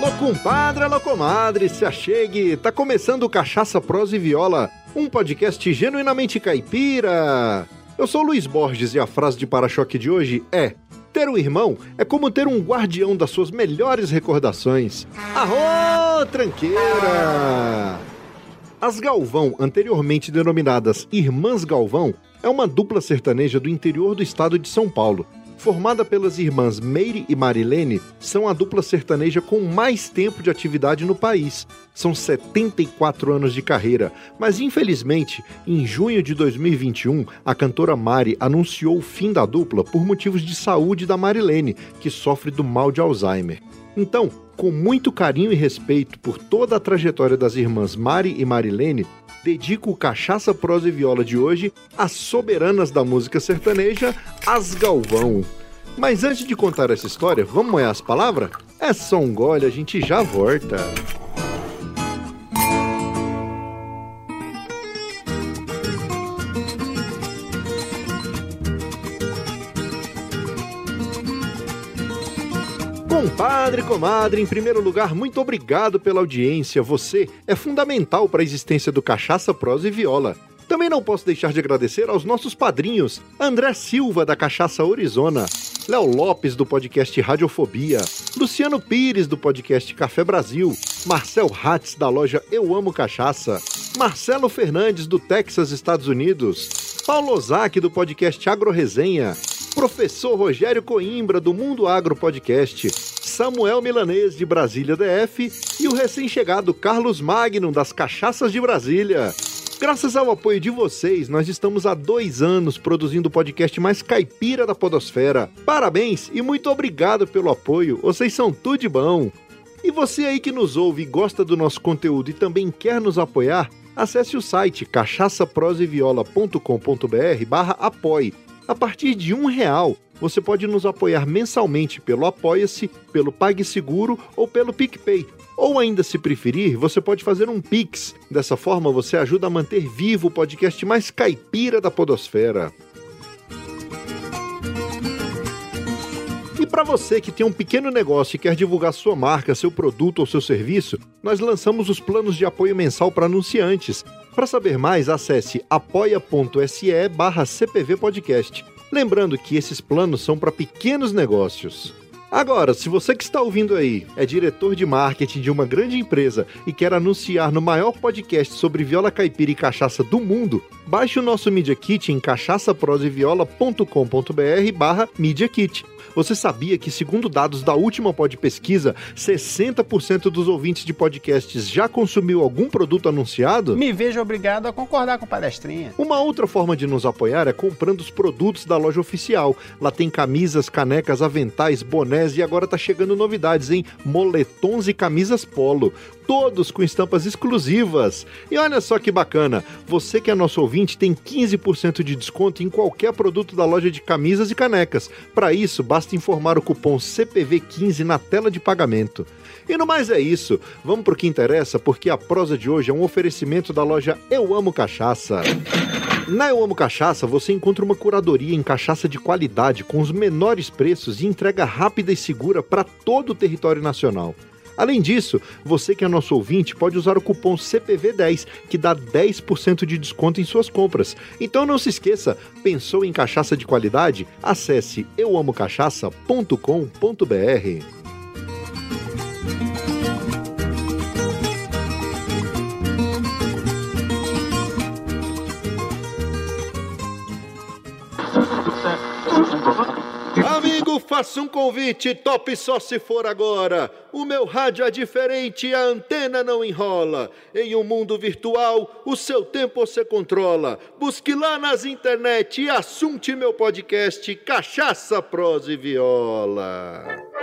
Alô, compadre, alô, comadre, se achegue, tá começando o Cachaça, Prosa e Viola, um podcast genuinamente caipira. Eu sou o Luiz Borges e a frase de para-choque de hoje é: ter um irmão é como ter um guardião das suas melhores recordações. Arô, tranqueira! As Galvão, anteriormente denominadas Irmãs Galvão, é uma dupla sertaneja do interior do estado de São Paulo. Formada pelas irmãs Meire e Marilene, são a dupla sertaneja com mais tempo de atividade no país. São 74 anos de carreira, mas infelizmente, em junho de 2021, a cantora Mari anunciou o fim da dupla por motivos de saúde da Marilene, que sofre do mal de Alzheimer. Então, com muito carinho e respeito por toda a trajetória das irmãs Mari e Marilene, dedico o Cachaça, Prosa e Viola de hoje às soberanas da música sertaneja, as Galvão. Mas antes de contar essa história, vamos moer as palavras? É só um gole, a gente já volta. Compadre, comadre, em primeiro lugar, muito obrigado pela audiência. Você é fundamental para a existência do Cachaça, Prosa e Viola. Também não posso deixar de agradecer aos nossos padrinhos: André Silva, da Cachaça Orizona, Léo Lopes, do podcast Radiofobia, Luciano Pires, do podcast Café Brasil, Marcel Hatz, da loja Eu Amo Cachaça, Marcelo Fernandes, do Texas, Estados Unidos, Paulo Ozaki, do podcast Agro Resenha, Professor Rogério Coimbra, do Mundo Agro Podcast, Samuel Milanês, de Brasília DF, e o recém-chegado Carlos Magnum, das Cachaças de Brasília. Graças ao apoio de vocês, nós estamos há 2 anos produzindo o podcast mais caipira da podosfera. Parabéns e muito obrigado pelo apoio, vocês são tudo de bom. E você aí que nos ouve e gosta do nosso conteúdo e também quer nos apoiar, acesse o site cachaçaproseviola.com.br/apoie. A partir de R$1, você pode nos apoiar mensalmente pelo Apoia-se, pelo PagSeguro ou pelo PicPay. Ou ainda, se preferir, você pode fazer um Pix. Dessa forma, você ajuda a manter vivo o podcast mais caipira da podosfera. E para você que tem um pequeno negócio e quer divulgar sua marca, seu produto ou seu serviço, nós lançamos os planos de apoio mensal para anunciantes. Para saber mais, acesse apoia.se/cpvpodcast. Lembrando que esses planos são para pequenos negócios. Agora, se você que está ouvindo aí é diretor de marketing de uma grande empresa e quer anunciar no maior podcast sobre viola caipira e cachaça do mundo, baixe o nosso Media Kit em cachaçaproseviola.com.br/Media Kit. Você sabia que, segundo dados da última Podpesquisa, 60% dos ouvintes de podcasts já consumiu algum produto anunciado? Me vejo obrigado a concordar com o palestrinha. Uma outra forma de nos apoiar é comprando os produtos da loja oficial. Lá tem camisas, canecas, aventais, bonés e agora tá chegando novidades, hein? Moletons e camisas polo. Todos com estampas exclusivas. E olha só que bacana, você que é nosso ouvinte tem 15% de desconto em qualquer produto da loja de camisas e canecas. Para isso, basta informar o cupom CPV15 na tela de pagamento. E no mais é isso, vamos pro que interessa, porque a prosa de hoje é um oferecimento da loja Eu Amo Cachaça. Na Eu Amo Cachaça, você encontra uma curadoria em cachaça de qualidade, com os menores preços e entrega rápida e segura para todo o território nacional. Além disso, você que é nosso ouvinte pode usar o cupom CPV10, que dá 10% de desconto em suas compras. Então não se esqueça, pensou em cachaça de qualidade? Acesse euamocachaça.com.br. Amigo, faça um convite, tope só se for agora. O meu rádio é diferente, a antena não enrola. Em um mundo virtual, o seu tempo você controla. Busque lá nas internet e assunte meu podcast Cachaça, Prosa e Viola.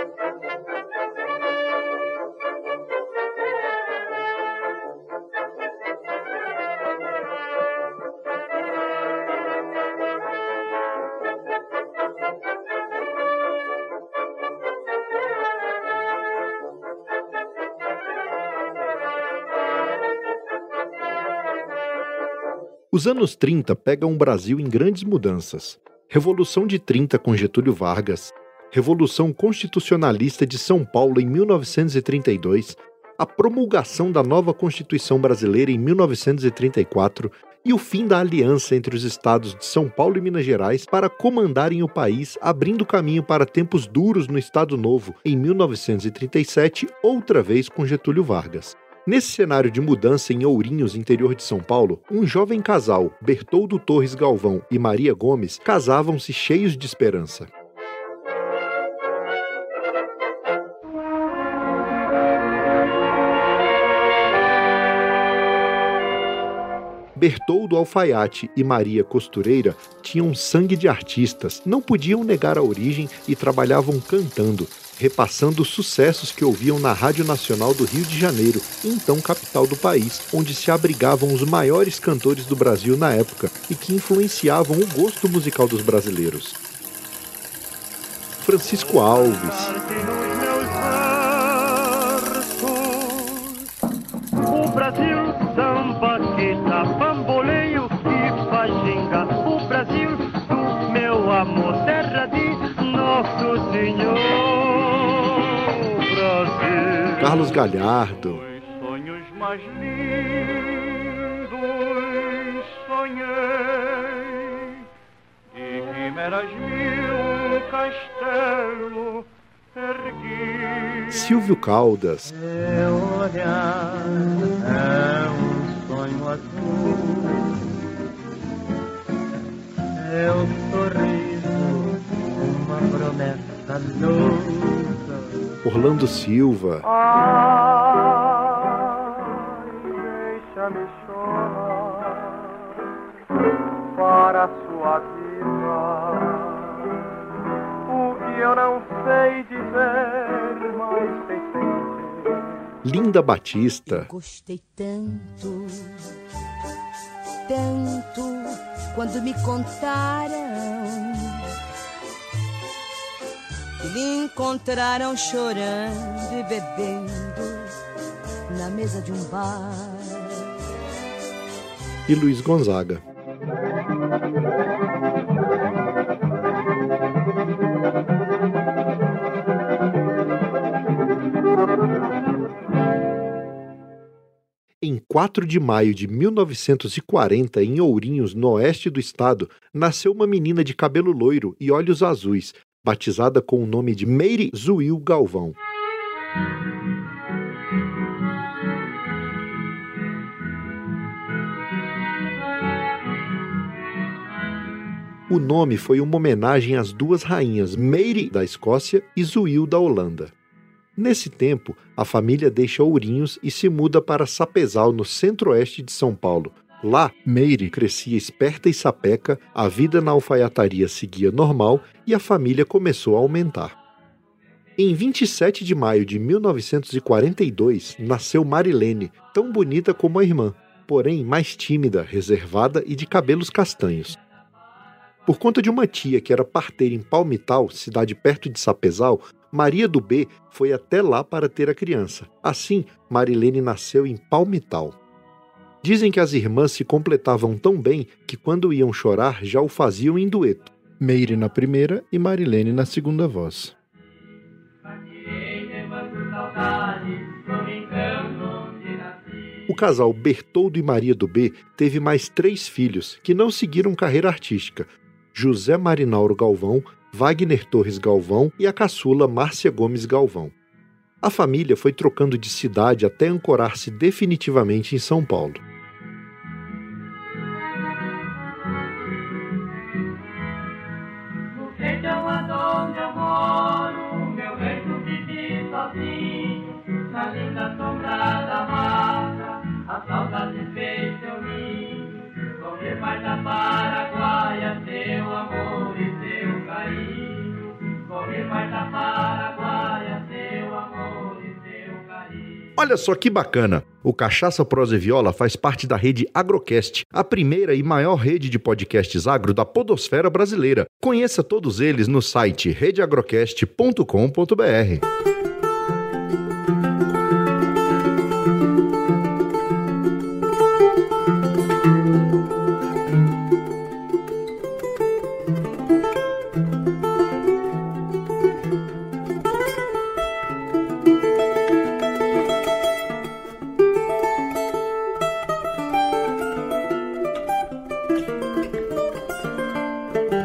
Os anos 30 pegam o Brasil em grandes mudanças. Revolução de 30 com Getúlio Vargas, Revolução Constitucionalista de São Paulo em 1932, a promulgação da nova Constituição Brasileira em 1934 e o fim da aliança entre os estados de São Paulo e Minas Gerais para comandarem o país, abrindo caminho para tempos duros no Estado Novo em 1937, outra vez com Getúlio Vargas. Nesse cenário de mudança em Ourinhos, interior de São Paulo, um jovem casal, Bertoldo Torres Galvão e Maria Gomes, casavam-se cheios de esperança. Bertoldo Alfaiate e Maria Costureira tinham sangue de artistas, não podiam negar a origem e trabalhavam cantando, repassando os sucessos que ouviam na Rádio Nacional do Rio de Janeiro, então capital do país, onde se abrigavam os maiores cantores do Brasil na época e que influenciavam o gosto musical dos brasileiros. Francisco Alves, o Brasil samba que tá bamboleio e faginga, o Brasil do meu amor, terra de Nosso Senhor Brasil. Carlos Galhardo, Os sonhos mais lindos sonhei, de quimeras mil castelo ergui. Silvio Caldas, Meu olhar é um sonho azul, é o sorriso, uma promessa louca. Orlando Silva, Ai, deixa-me chorar para a sua vida. O que eu não sei dizer, mas sei sentir. Linda Batista, Gostei tanto, tanto, quando me contaram que lhe encontraram chorando e bebendo na mesa de um bar. e Luiz Gonzaga. Em 4 de maio de 1940, em Ourinhos, no oeste do estado, nasceu uma menina de cabelo loiro e olhos azuis, batizada com o nome de Meire Zuil Galvão. O nome foi uma homenagem às duas rainhas, Meire da Escócia e Zuil da Holanda. Nesse tempo, a família deixa Ourinhos e se muda para Sapezal, no centro-oeste de São Paulo. Lá, Meire crescia esperta e sapeca, a vida na alfaiataria seguia normal e a família começou a aumentar. Em 27 de maio de 1942, nasceu Marilene, tão bonita como a irmã, porém mais tímida, reservada e de cabelos castanhos. Por conta de uma tia que era parteira em Palmital, cidade perto de Sapezal, Maria do B foi até lá para ter a criança. Assim, Marilene nasceu em Palmital. Dizem que as irmãs se completavam tão bem que quando iam chorar já o faziam em dueto. Meire na primeira e Marilene na segunda voz. O casal Bertoldo e Maria do B teve mais 3 filhos que não seguiram carreira artística: José Marinauro Galvão, Wagner Torres Galvão e a caçula Márcia Gomes Galvão. A família foi trocando de cidade até ancorar-se definitivamente em São Paulo. No sertão onde eu moro, meu reino vive sozinho, na linda sombra da mata, a saudade fez seu ninho. Correr mais da Paraguaia, seu amor e seu carinho. Correr mais da Paraguaia, seu amor e seu carinho. Olha só que bacana! O Cachaça, Prosa e Viola faz parte da rede Agrocast, a primeira e maior rede de podcasts agro da podosfera brasileira. Conheça todos eles no site redeagrocast.com.br.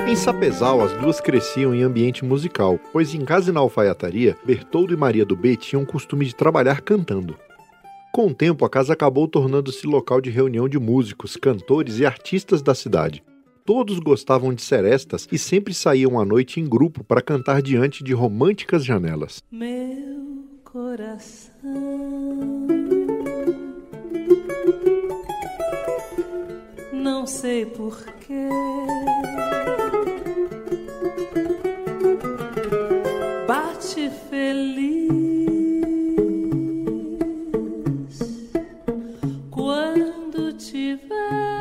Em Sapezal, as duas cresciam em ambiente musical, pois em casa e na alfaiataria, Bertoldo e Maria do B tinham o costume de trabalhar cantando. Com o tempo, a casa acabou tornando-se local de reunião de músicos, cantores e artistas da cidade. Todos gostavam de serestas e sempre saíam à noite em grupo para cantar diante de românticas janelas. Meu coração não sei porquê bate feliz quando te ver.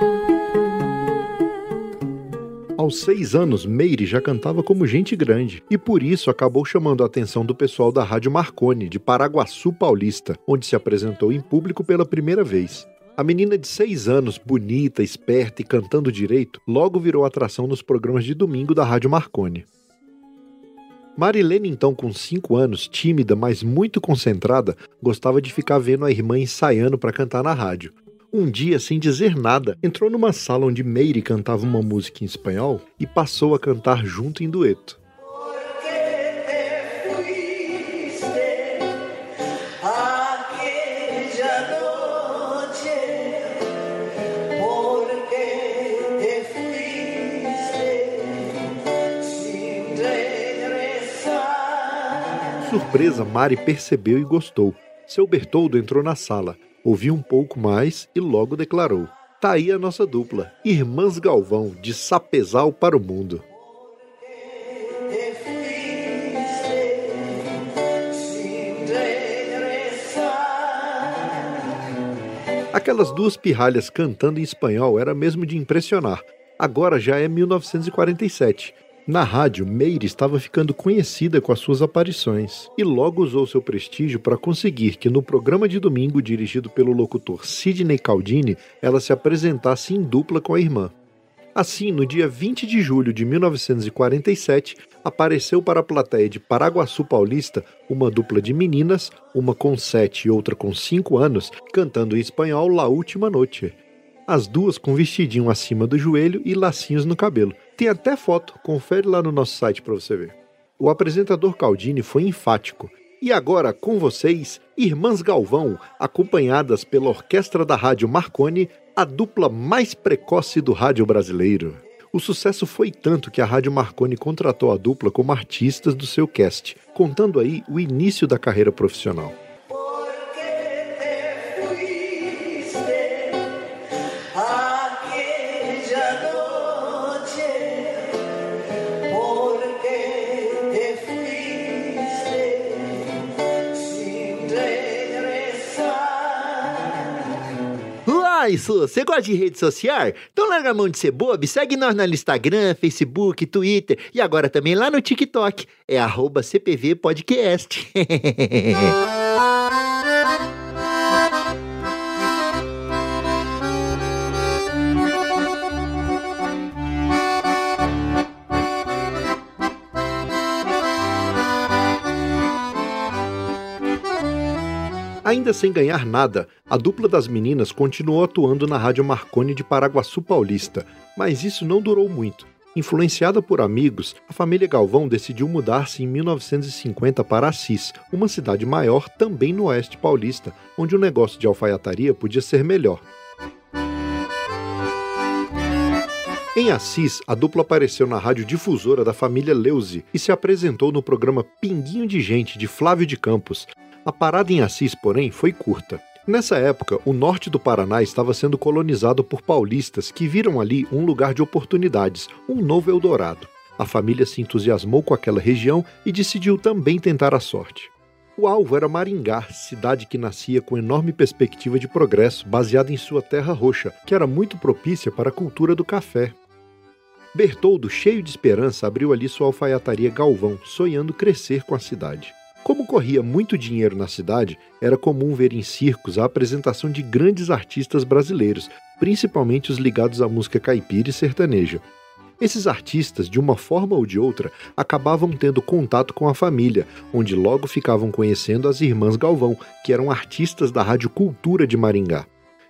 Aos 6 anos, Meire já cantava como gente grande e por isso acabou chamando a atenção do pessoal da Rádio Marconi, de Paraguaçu Paulista, onde se apresentou em público pela primeira vez. A menina de 6 anos, bonita, esperta e cantando direito, logo virou atração nos programas de domingo da Rádio Marconi. Marilene, então, com 5 anos, tímida, mas muito concentrada, gostava de ficar vendo a irmã ensaiando para cantar na rádio. Um dia, sem dizer nada, entrou numa sala onde Meire cantava uma música em espanhol e passou a cantar junto em dueto. Surpresa, Mari percebeu e gostou. Seu Bertoldo entrou na sala, ouviu um pouco mais e logo declarou: "Tá aí a nossa dupla, Irmãs Galvão, de Sapezal para o mundo." Aquelas duas pirralhas cantando em espanhol era mesmo de impressionar. Agora já é 1947. Na rádio, Meire estava ficando conhecida com as suas aparições e logo usou seu prestígio para conseguir que no programa de domingo dirigido pelo locutor Sidney Caldini, ela se apresentasse em dupla com a irmã. Assim, no dia 20 de julho de 1947, apareceu para a plateia de Paraguaçu Paulista uma dupla de meninas, uma com 7 e outra com 5 anos, cantando em espanhol La Última Noche. As duas com vestidinho acima do joelho e lacinhos no cabelo. Tem até foto, confere lá no nosso site para você ver. O apresentador Caldini foi enfático. E agora, com vocês, Irmãs Galvão, acompanhadas pela orquestra da Rádio Marconi, a dupla mais precoce do rádio brasileiro. O sucesso foi tanto que a Rádio Marconi contratou a dupla como artistas do seu cast, contando aí o início da carreira profissional. Isso, você gosta de rede social? Então larga a mão de ser bobo, segue nós no Instagram, Facebook, Twitter e agora também lá no TikTok, é @CPVPodcast. Ainda sem ganhar nada, a dupla das meninas continuou atuando na Rádio Marconi de Paraguaçu Paulista, mas isso não durou muito. Influenciada por amigos, a família Galvão decidiu mudar-se em 1950 para Assis, uma cidade maior também no oeste paulista, onde o negócio de alfaiataria podia ser melhor. Em Assis, a dupla apareceu na rádio difusora da família Leuze e se apresentou no programa Pinguinho de Gente, de Flávio de Campos. A parada em Assis, porém, foi curta. Nessa época, o norte do Paraná estava sendo colonizado por paulistas que viram ali um lugar de oportunidades, um novo Eldorado. A família se entusiasmou com aquela região e decidiu também tentar a sorte. O alvo era Maringá, cidade que nascia com enorme perspectiva de progresso, baseada em sua terra roxa, que era muito propícia para a cultura do café. Bertoldo, cheio de esperança, abriu ali sua alfaiataria Galvão, sonhando crescer com a cidade. Como corria muito dinheiro na cidade, era comum ver em circos a apresentação de grandes artistas brasileiros, principalmente os ligados à música caipira e sertaneja. Esses artistas, de uma forma ou de outra, acabavam tendo contato com a família, onde logo ficavam conhecendo as Irmãs Galvão, que eram artistas da Rádio Cultura de Maringá.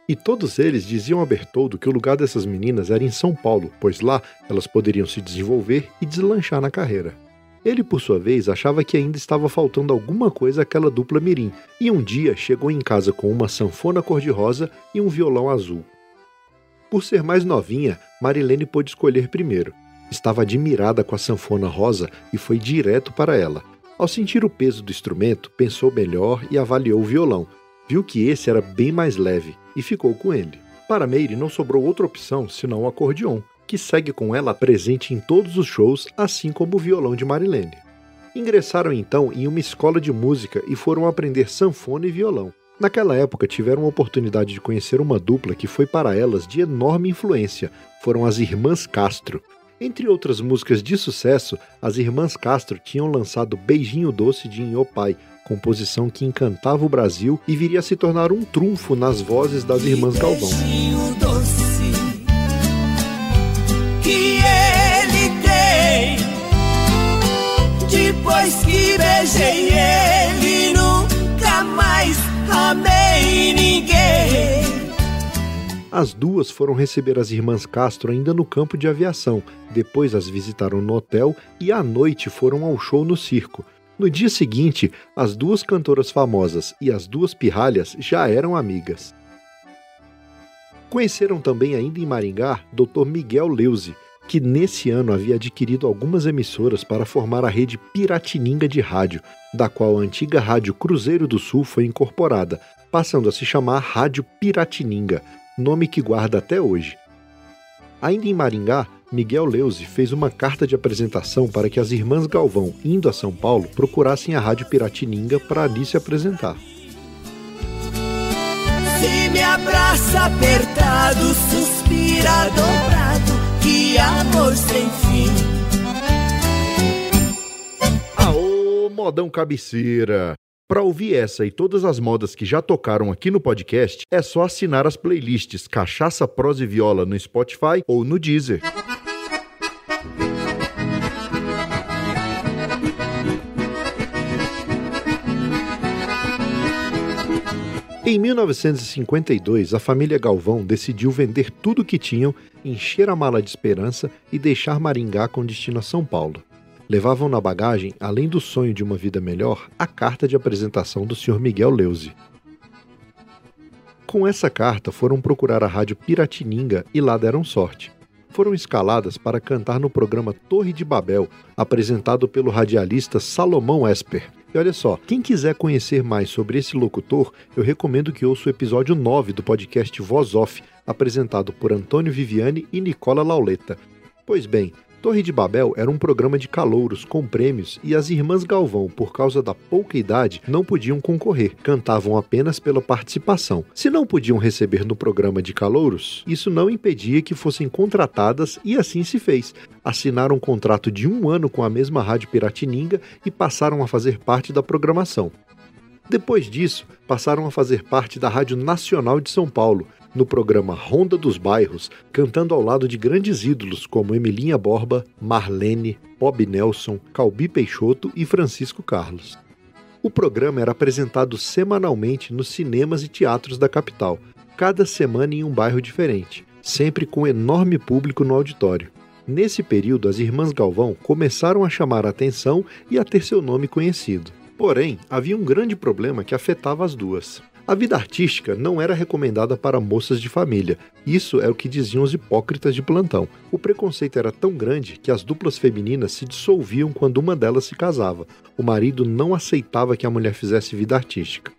E todos eles diziam a Bertoldo que o lugar dessas meninas era em São Paulo, pois lá elas poderiam se desenvolver e deslanchar na carreira. Ele, por sua vez, achava que ainda estava faltando alguma coisa àquela dupla mirim, e um dia chegou em casa com uma sanfona cor-de-rosa e um violão azul. Por ser mais novinha, Marilene pôde escolher primeiro. Estava admirada com a sanfona rosa e foi direto para ela. Ao sentir o peso do instrumento, pensou melhor e avaliou o violão. Viu que esse era bem mais leve e ficou com ele. Para Meire não sobrou outra opção senão o acordeon, que segue com ela presente em todos os shows, assim como o violão de Marilene. Ingressaram então em uma escola de música e foram aprender sanfona e violão. Naquela época tiveram a oportunidade de conhecer uma dupla que foi para elas de enorme influência. Foram as Irmãs Castro. Entre outras músicas de sucesso, as Irmãs Castro tinham lançado Beijinho Doce de Nhô Pai, composição que encantava o Brasil e viria a se tornar um trunfo nas vozes das Irmãs Galvão. Beijinho doce que ele tem, depois que beijei ele, nunca mais amei ninguém. As duas foram receber as Irmãs Castro ainda no campo de aviação, depois as visitaram no hotel e à noite foram ao show no circo. No dia seguinte, as duas cantoras famosas e as duas pirralhas já eram amigas. Conheceram também ainda em Maringá Dr. Miguel Leuze, que nesse ano havia adquirido algumas emissoras para formar a rede Piratininga de rádio, da qual a antiga Rádio Cruzeiro do Sul foi incorporada, passando a se chamar Rádio Piratininga, nome que guarda até hoje. Ainda em Maringá, Miguel Leuze fez uma carta de apresentação para que as Irmãs Galvão, indo a São Paulo, procurassem a Rádio Piratininga para ali se apresentar. Se me abraça apertado, suspira dobrado, que amor sem fim. Aô, modão cabeceira! Para ouvir essa e todas as modas que já tocaram aqui no podcast, é só assinar as playlists Cachaça, Prosa e Viola no Spotify ou no Deezer. Em 1952, a família Galvão decidiu vender tudo o que tinham, encher a mala de esperança e deixar Maringá com destino a São Paulo. Levavam na bagagem, além do sonho de uma vida melhor, a carta de apresentação do Sr. Miguel Leuze. Com essa carta, foram procurar a Rádio Piratininga e lá deram sorte. Foram escaladas para cantar no programa Torre de Babel, apresentado pelo radialista Salomão Esper. E olha só, quem quiser conhecer mais sobre esse locutor, eu recomendo que ouça o episódio 9 do podcast Voz Off, apresentado por Antônio Viviane e Nicola Lauleta. Pois bem, Torre de Babel era um programa de calouros com prêmios e as Irmãs Galvão, por causa da pouca idade, não podiam concorrer, cantavam apenas pela participação. Se não podiam receber no programa de calouros, isso não impedia que fossem contratadas e assim se fez. Assinaram um contrato de 1 ano com a mesma Rádio Piratininga e passaram a fazer parte da programação. Depois disso, passaram a fazer parte da Rádio Nacional de São Paulo, no programa Ronda dos Bairros, cantando ao lado de grandes ídolos como Emilinha Borba, Marlene, Bob Nelson, Calbi Peixoto e Francisco Carlos. O programa era apresentado semanalmente nos cinemas e teatros da capital, cada semana em um bairro diferente, sempre com enorme público no auditório. Nesse período, as Irmãs Galvão começaram a chamar a atenção e a ter seu nome conhecido. Porém, havia um grande problema que afetava as duas. A vida artística não era recomendada para moças de família. Isso é o que diziam os hipócritas de plantão. O preconceito era tão grande que as duplas femininas se dissolviam quando uma delas se casava. O marido não aceitava que a mulher fizesse vida artística.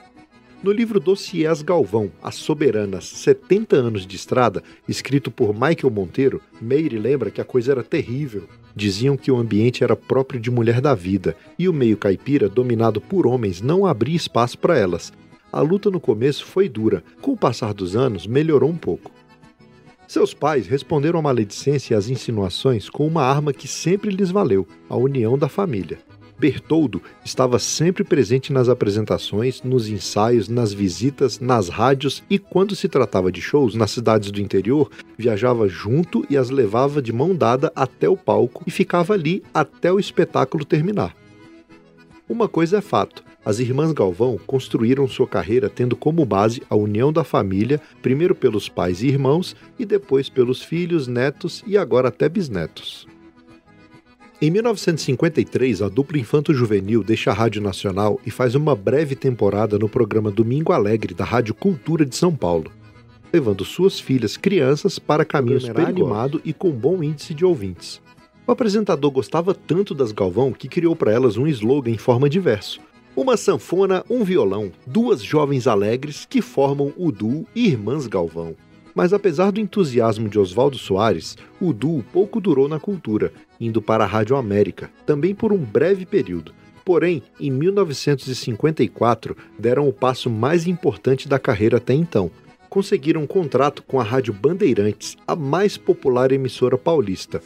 No livro Dossiês Galvão, As Soberanas, 70 anos de estrada, escrito por Michael Monteiro, Meire lembra que a coisa era terrível. Diziam que o ambiente era próprio de mulher da vida, e o meio caipira, dominado por homens, não abria espaço para elas. A luta no começo foi dura, com o passar dos anos melhorou um pouco. Seus pais responderam à maledicência e às insinuações com uma arma que sempre lhes valeu, a união da família. Bertoldo estava sempre presente nas apresentações, nos ensaios, nas visitas, nas rádios e quando se tratava de shows nas cidades do interior, viajava junto e as levava de mão dada até o palco e ficava ali até o espetáculo terminar. Uma coisa é fato, as irmãs Galvão construíram sua carreira tendo como base a união da família, primeiro pelos pais e irmãos, e depois pelos filhos, netos e agora até bisnetos. Em 1953, a dupla infanto-juvenil deixa a Rádio Nacional e faz uma breve temporada no programa Domingo Alegre da Rádio Cultura de São Paulo, levando suas filhas crianças para caminho super animado e com bom índice de ouvintes. O apresentador gostava tanto das Galvão que criou para elas um slogan em forma de verso. Uma sanfona, um violão, duas jovens alegres que formam o duo Irmãs Galvão. Mas apesar do entusiasmo de Oswaldo Soares, o duo pouco durou na cultura, indo para a Rádio América, também por um breve período. Porém, em 1954, deram o passo mais importante da carreira até então. Conseguiram um contrato com a Rádio Bandeirantes, a mais popular emissora paulista.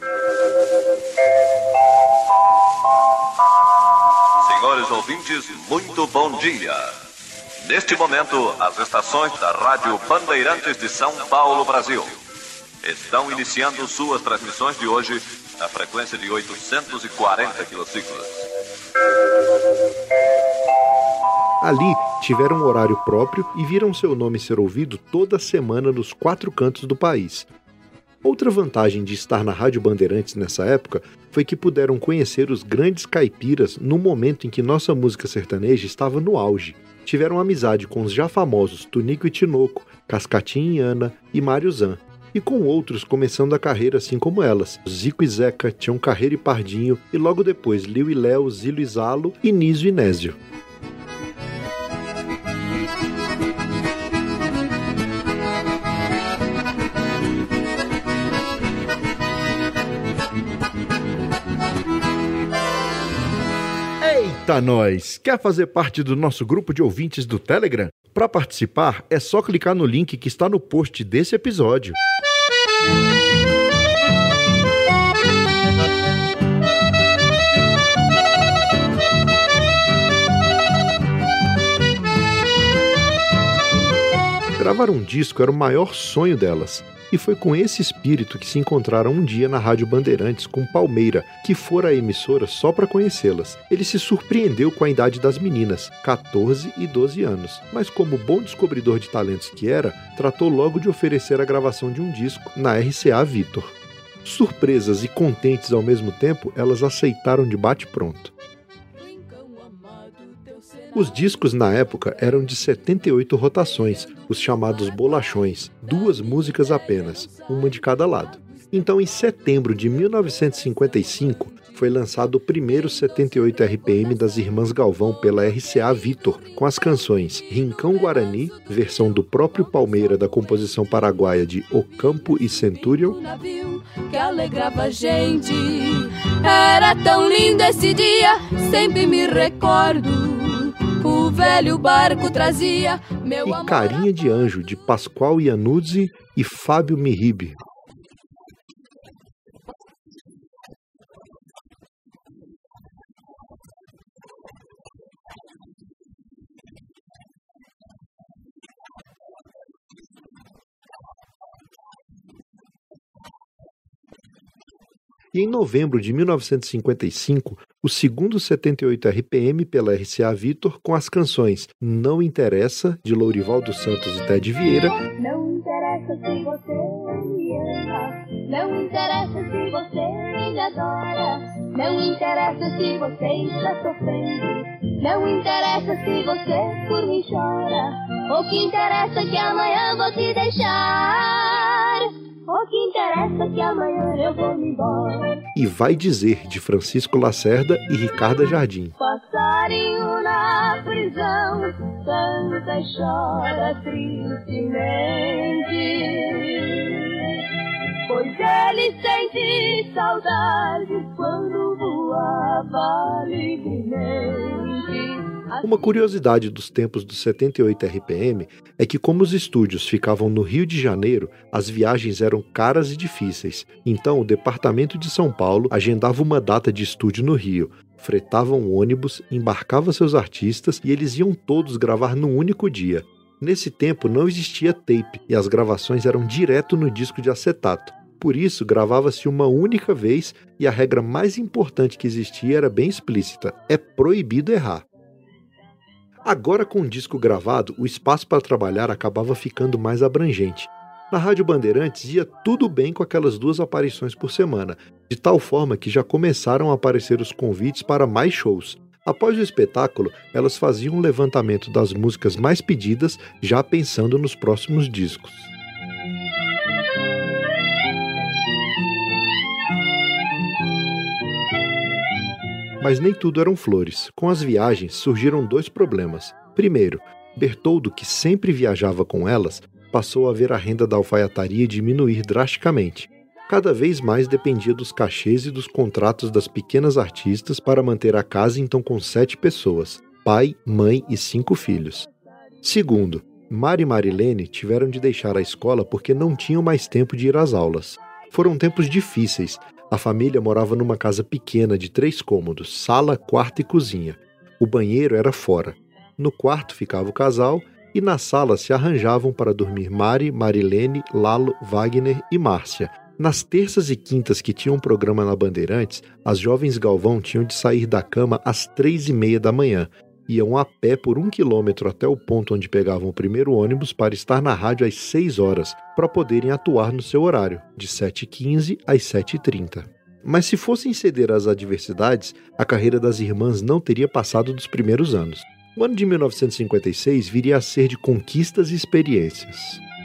Senhores ouvintes, muito bom dia. Neste momento, as estações da Rádio Bandeirantes de São Paulo, Brasil, estão iniciando suas transmissões de hoje na frequência de 840 quilociclos. Ali, tiveram um horário próprio e viram seu nome ser ouvido toda semana nos 4 cantos do país. Outra vantagem de estar na Rádio Bandeirantes nessa época foi que puderam conhecer os grandes caipiras no momento em que nossa música sertaneja estava no auge. Tiveram amizade com os já famosos Tunico e Tinoco, Cascatinha e Ana e Mário Zan, e com outros começando a carreira assim como elas, Zico e Zeca, Tião Carreiro e Pardinho, e logo depois Liu e Léo, Zilo e Zalo e Nísio e Nésio. Eita nós! Quer fazer parte do nosso grupo de ouvintes do Telegram? Para participar, é só clicar no link que está no post desse episódio. Gravar um disco era o maior sonho delas. E foi com esse espírito que se encontraram um dia na Rádio Bandeirantes com Palmeira, que fora a emissora só para conhecê-las. Ele se surpreendeu com a idade das meninas, 14 e 12 anos, mas como bom descobridor de talentos que era, tratou logo de oferecer a gravação de um disco na RCA Victor. Surpresas e contentes ao mesmo tempo, elas aceitaram de bate-pronto. Os discos na época eram de 78 rotações, os chamados bolachões, 2 músicas apenas, uma de cada lado. Então, em setembro de 1955, foi lançado o primeiro 78 RPM das Irmãs Galvão pela RCA Victor, com as canções Rincão Guarani, versão do próprio Palmeira da composição paraguaia de Ocampo e Centurion, que alegrava a gente. Era tão lindo esse dia, sempre me recordo. O velho barco trazia meu amor. E Carinha de Anjo, de Pascoal Iannuzzi e Fábio Miribe. E em novembro de 1955, o segundo 78 RPM pela RCA Victor com as canções Não Interessa, de Lourival dos Santos e Ted Vieira. Não interessa se você me ama, não interessa se você me adora, não interessa se você está sofrendo, não interessa se você por mim chora, o que interessa é que amanhã vou te deixar. O que interessa é que amanhã eu vou me embora. E Vai Dizer, de Francisco Lacerda e Ricarda Jardim. Passarinho na prisão, canta e chora tristemente, pois ele sente saudade quando voava livremente. Uma curiosidade dos tempos dos 78 RPM é que, como os estúdios ficavam no Rio de Janeiro, as viagens eram caras e difíceis. Então, o Departamento de São Paulo agendava uma data de estúdio no Rio, fretava um ônibus, embarcava seus artistas e eles iam todos gravar num único dia. Nesse tempo não existia tape e as gravações eram direto no disco de acetato. por isso gravava-se uma única vez e a regra mais importante que existia era bem explícita: é proibido errar. Agora, com o disco gravado, o espaço para trabalhar acabava ficando mais abrangente. Na Rádio Bandeirantes ia tudo bem com aquelas 2 aparições por semana, de tal forma que já começaram a aparecer os convites para mais shows. Após o espetáculo, elas faziam um levantamento das músicas mais pedidas, já pensando nos próximos discos. Mas nem tudo eram flores. Com as viagens surgiram 2 problemas. Primeiro, Bertoldo, que sempre viajava com elas, passou a ver a renda da alfaiataria diminuir drasticamente. Cada vez mais dependia dos cachês e dos contratos das pequenas artistas para manter a casa então com 7 pessoas, pai, mãe e 5 filhos. Segundo, Mari e Marilene tiveram de deixar a escola porque não tinham mais tempo de ir às aulas. Foram tempos difíceis. A família morava numa casa pequena de 3 cômodos, sala, quarto e cozinha. O banheiro era fora. No quarto ficava o casal e na sala se arranjavam para dormir Mari, Marilene, Lalo, Wagner e Márcia. Nas terças e quintas que tinham programa na Bandeirantes, as jovens Galvão tinham de sair da cama às 3h30 da manhã. Iam a pé por 1 quilômetro até o ponto onde pegavam o primeiro ônibus para estar na rádio às 6 horas, para poderem atuar no seu horário, de 7h15 às 7h30. Mas se fossem ceder às adversidades, a carreira das irmãs não teria passado dos primeiros anos. O ano de 1956 viria a ser de conquistas e experiências.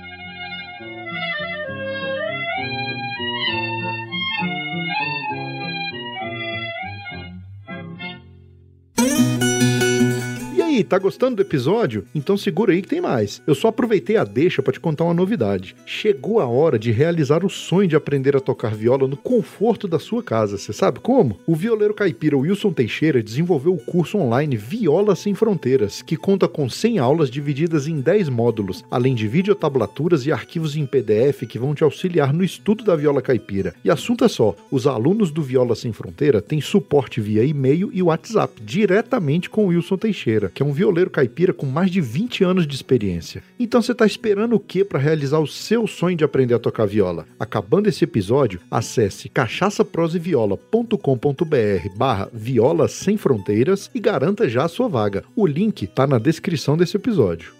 E aí, tá gostando do episódio? Então segura aí que tem mais. Eu só aproveitei a deixa para te contar uma novidade. Chegou a hora de realizar o sonho de aprender a tocar viola no conforto da sua casa. Você sabe como? O violeiro caipira Wilson Teixeira desenvolveu o curso online Viola Sem Fronteiras, que conta com 100 aulas divididas em 10 módulos, além de videotablaturas e arquivos em PDF que vão te auxiliar no estudo da viola caipira. E assunto é só, os alunos do Viola Sem Fronteira têm suporte via e-mail e WhatsApp, diretamente com o Wilson Teixeira, que é um violeiro caipira com mais de 20 anos de experiência. Então você está esperando o que para realizar o seu sonho de aprender a tocar viola? Acabando esse episódio, acesse cachaçaproseviola.com.br/viola sem fronteiras e garanta já a sua vaga. O link está na descrição desse episódio.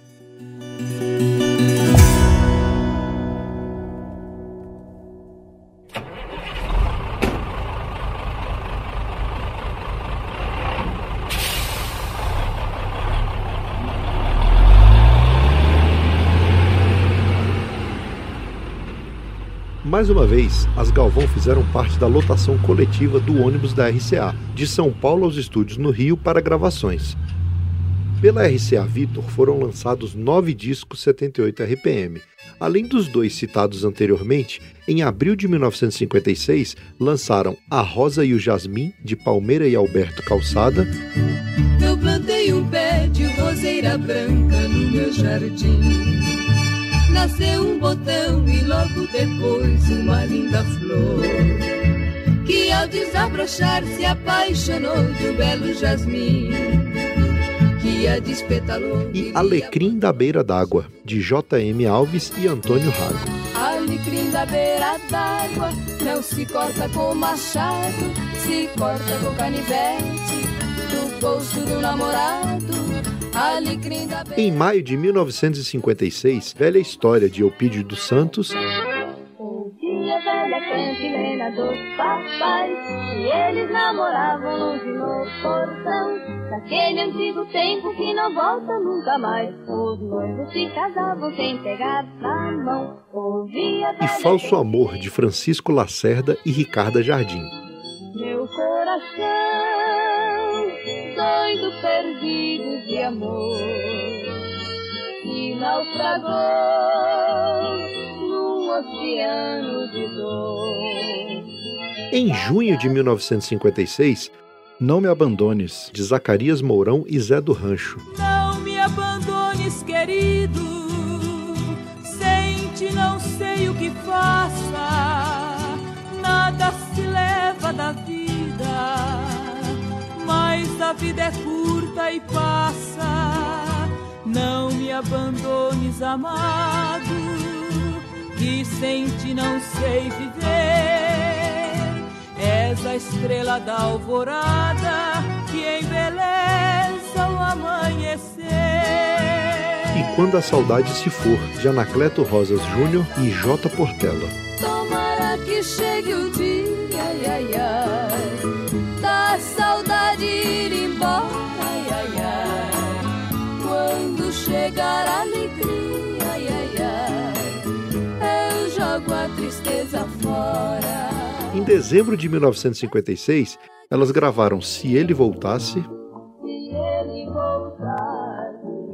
Mais uma vez, as Galvão fizeram parte da lotação coletiva do ônibus da RCA, de São Paulo aos estúdios no Rio para gravações. Pela RCA Victor foram lançados 9 discos 78 RPM. Além dos 2 citados anteriormente, em abril de 1956 lançaram A Rosa e o Jasmim, de Palmeira e Alberto Calçada. Eu plantei um pé de roseira branca no meu jardim. Nasceu um botão e logo depois uma linda flor, que ao desabrochar se apaixonou de um belo jasmim, que a despetalou. E Alecrim da Beira d'Água, de J.M. Alves e Antônio Rago. Alecrim da beira d'água não se corta com machado, se corta com canivete do bolso do namorado. Em maio de 1956, Velha História, de Eupídio dos Santos, Ouvi a velha cantilena dos papais, e eles namoravam longe no portão, naquele antigo tempo que não volta nunca mais. Os noivos se casavam sem pegar na mão. E Falso Amor, de Francisco Lacerda e Ricarda Jardim. Meu coração doido, perdido de amor, e naufragou num oceano de dor. Em junho de 1956, Não Me Abandones, de Zacarias Mourão e Zé do Rancho. Não me abandones, querido, sem ti não sei o que faça, nada se leva da vida, mas a vida é curta e passa. Não me abandones, amado, que sem ti não sei viver. És a estrela da alvorada que embeleza o amanhecer. E Quando a Saudade Se For, de Anacleto Rosas Júnior e J. Portela. Tomara que chegue o dia, ai, ai, ai, da saudade ir embora, ai, ai, ai. Quando chegar a alegria, ai, ai, ai, eu jogo a tristeza fora. Em dezembro de 1956, elas gravaram Se Ele Voltasse, Se ele voltasse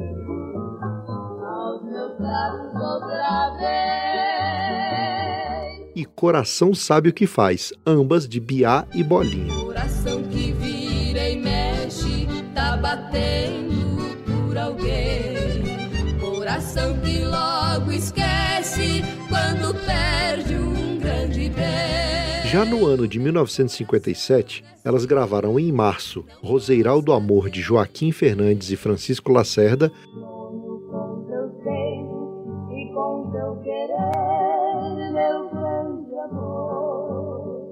aos meus braços outra vez. e Coração Sabe o que Faz, ambas de Biá e Bolinha. Coração que vira e mexe, tá batendo por alguém. Coração que logo esquece quando perde um grande bem. Já no ano de 1957, elas gravaram em março Roseiral do Amor, de Joaquim Fernandes e Francisco Lacerda, Com teu seio e com teu querer, meu grande amor.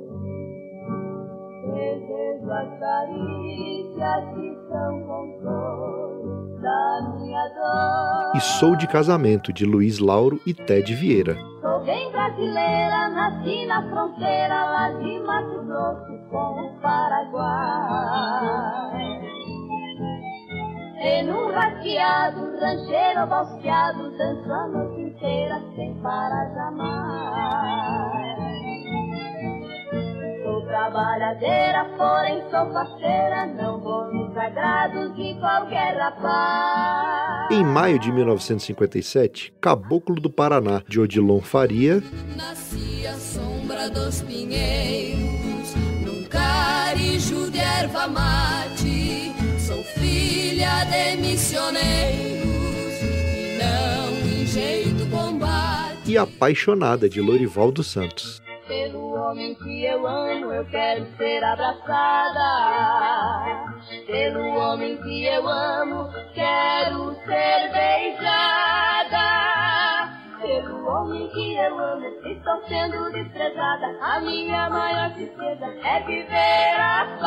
Desejo as carícias que são controle da minha dor. e Sou de Casamento, de Luiz Lauro e Ted Vieira. Sou bem brasileira, nasci na fronteira lá de Mato Grosso com o Paraguai. E num rateado, rancheiro balseado, danço a noite inteira sem parar jamais. Sou trabalhadeira, porém sou parceira, não vou nos agrados de qualquer rapaz. Em maio de 1957, Caboclo do Paraná, de Odilon Faria, Nasci à sombra dos pinheiros, num carijo de erva mate. Sou filha de missioneiros e não enjeito combate. e Apaixonada, de Lorival dos Santos. Pelo homem que eu amo, eu quero ser abraçada. Pelo homem que eu amo, quero ser beijada. Pelo homem que eu amo, estou sendo desprezada. A minha maior tristeza é viver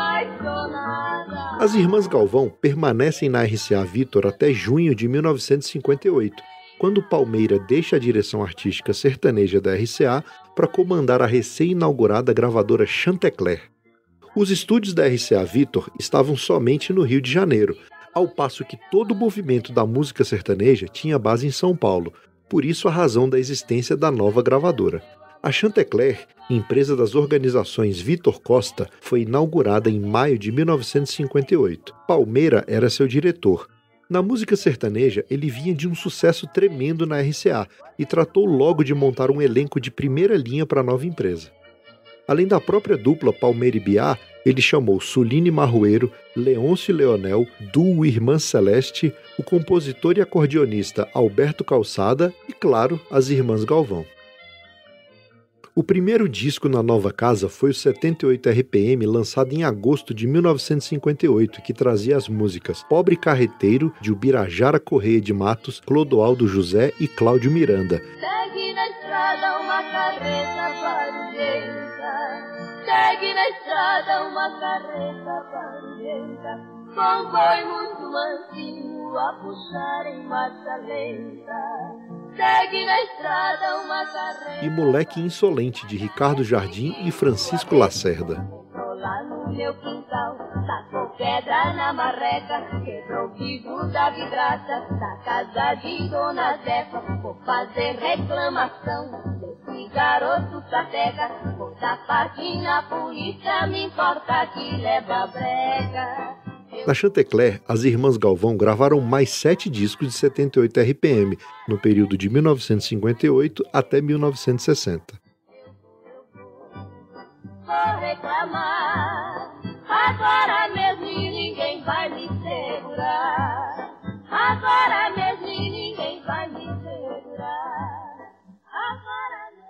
apaixonada. As irmãs Galvão permanecem na RCA Victor até junho de 1958, quando Palmeira deixa a direção artística sertaneja da RCA para comandar a recém-inaugurada gravadora Chantecler. Os estúdios da RCA Victor estavam somente no Rio de Janeiro, ao passo que todo o movimento da música sertaneja tinha base em São Paulo, por isso a razão da existência da nova gravadora. A Chantecler, empresa das organizações Vitor Costa, foi inaugurada em maio de 1958. Palmeira era seu diretor. Na música sertaneja, ele vinha de um sucesso tremendo na RCA e tratou logo de montar um elenco de primeira linha para a nova empresa. Além da própria dupla Palmeira e Biá, ele chamou Suline Marroeiro, Leôncio Leonel, duo Irmã Celeste, o compositor e acordeonista Alberto Calçada e, claro, as Irmãs Galvão. O primeiro disco na nova casa foi o 78 RPM, lançado em agosto de 1958, que trazia as músicas Pobre Carreteiro, de Ubirajara Correia de Matos, Clodoaldo José e Cláudio Miranda. Segue na estrada uma carreta barulhenta. Segue na estrada uma carreta barulhenta. Comboio muito mansinho a puxar em marcha lenta. Segue na estrada uma carreta. E Moleque Insolente, de Ricardo Jardim e Francisco Lacerda. Tô lá no meu quintal, tacou pedra na marreca, quebrou o vidro da vidraça da casa de Dona Zefa. Vou fazer reclamação desse garoto sapeca. Vou dar parte na polícia, me importa que leva breca. Na Chantecler, as Irmãs Galvão gravaram mais 7 discos de 78 RPM, no período de 1958 até 1960. Vou reclamar, agora mesmo ninguém vai me segurar. Agora mesmo ninguém vai me segurar. Agora mesmo.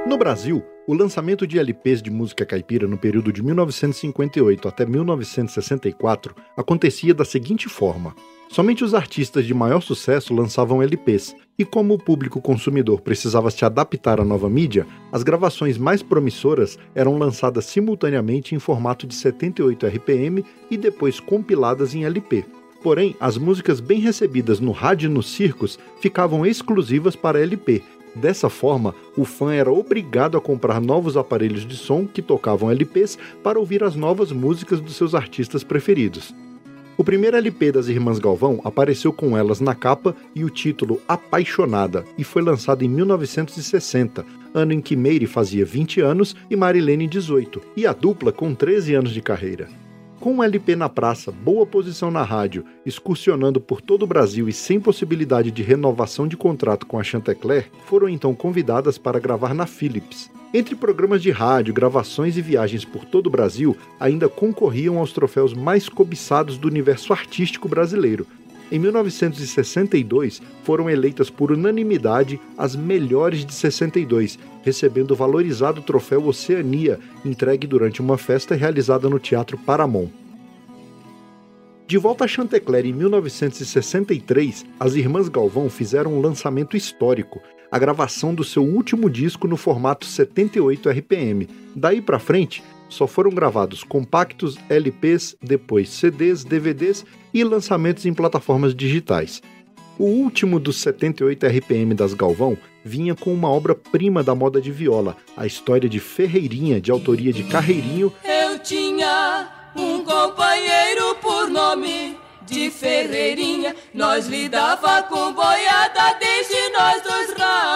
No Brasil, o lançamento de LPs de música caipira no período de 1958 até 1964 acontecia da seguinte forma. Somente os artistas de maior sucesso lançavam LPs, e como o público consumidor precisava se adaptar à nova mídia, as gravações mais promissoras eram lançadas simultaneamente em formato de 78 RPM e depois compiladas em LP. Porém, as músicas bem recebidas no rádio e nos circos ficavam exclusivas para LP. Dessa forma, o fã era obrigado a comprar novos aparelhos de som que tocavam LPs para ouvir as novas músicas dos seus artistas preferidos. O primeiro LP das Irmãs Galvão apareceu com elas na capa e o título Apaixonada, e foi lançado em 1960, ano em que Meire fazia 20 anos e Marilene 18, e a dupla com 13 anos de carreira. Com um LP na praça, boa posição na rádio, excursionando por todo o Brasil e sem possibilidade de renovação de contrato com a Chantecler, foram então convidadas para gravar na Philips. Entre programas de rádio, gravações e viagens por todo o Brasil, ainda concorriam aos troféus mais cobiçados do universo artístico brasileiro. Em 1962, foram eleitas por unanimidade as melhores de 62, recebendo o valorizado troféu Oceania, entregue durante uma festa realizada no Teatro Paramount. De volta a Chantecler em 1963, as Irmãs Galvão fizeram um lançamento histórico, a gravação do seu último disco no formato 78 RPM. Daí pra frente, só foram gravados compactos, LPs, depois CDs, DVDs e lançamentos em plataformas digitais. O último dos 78 RPM das Galvão vinha com uma obra-prima da moda de viola, a história de Ferreirinha, de autoria de Carreirinho. Eu tinha um companheiro por nome de Ferreirinha, nós lidava com boiada desde nós dois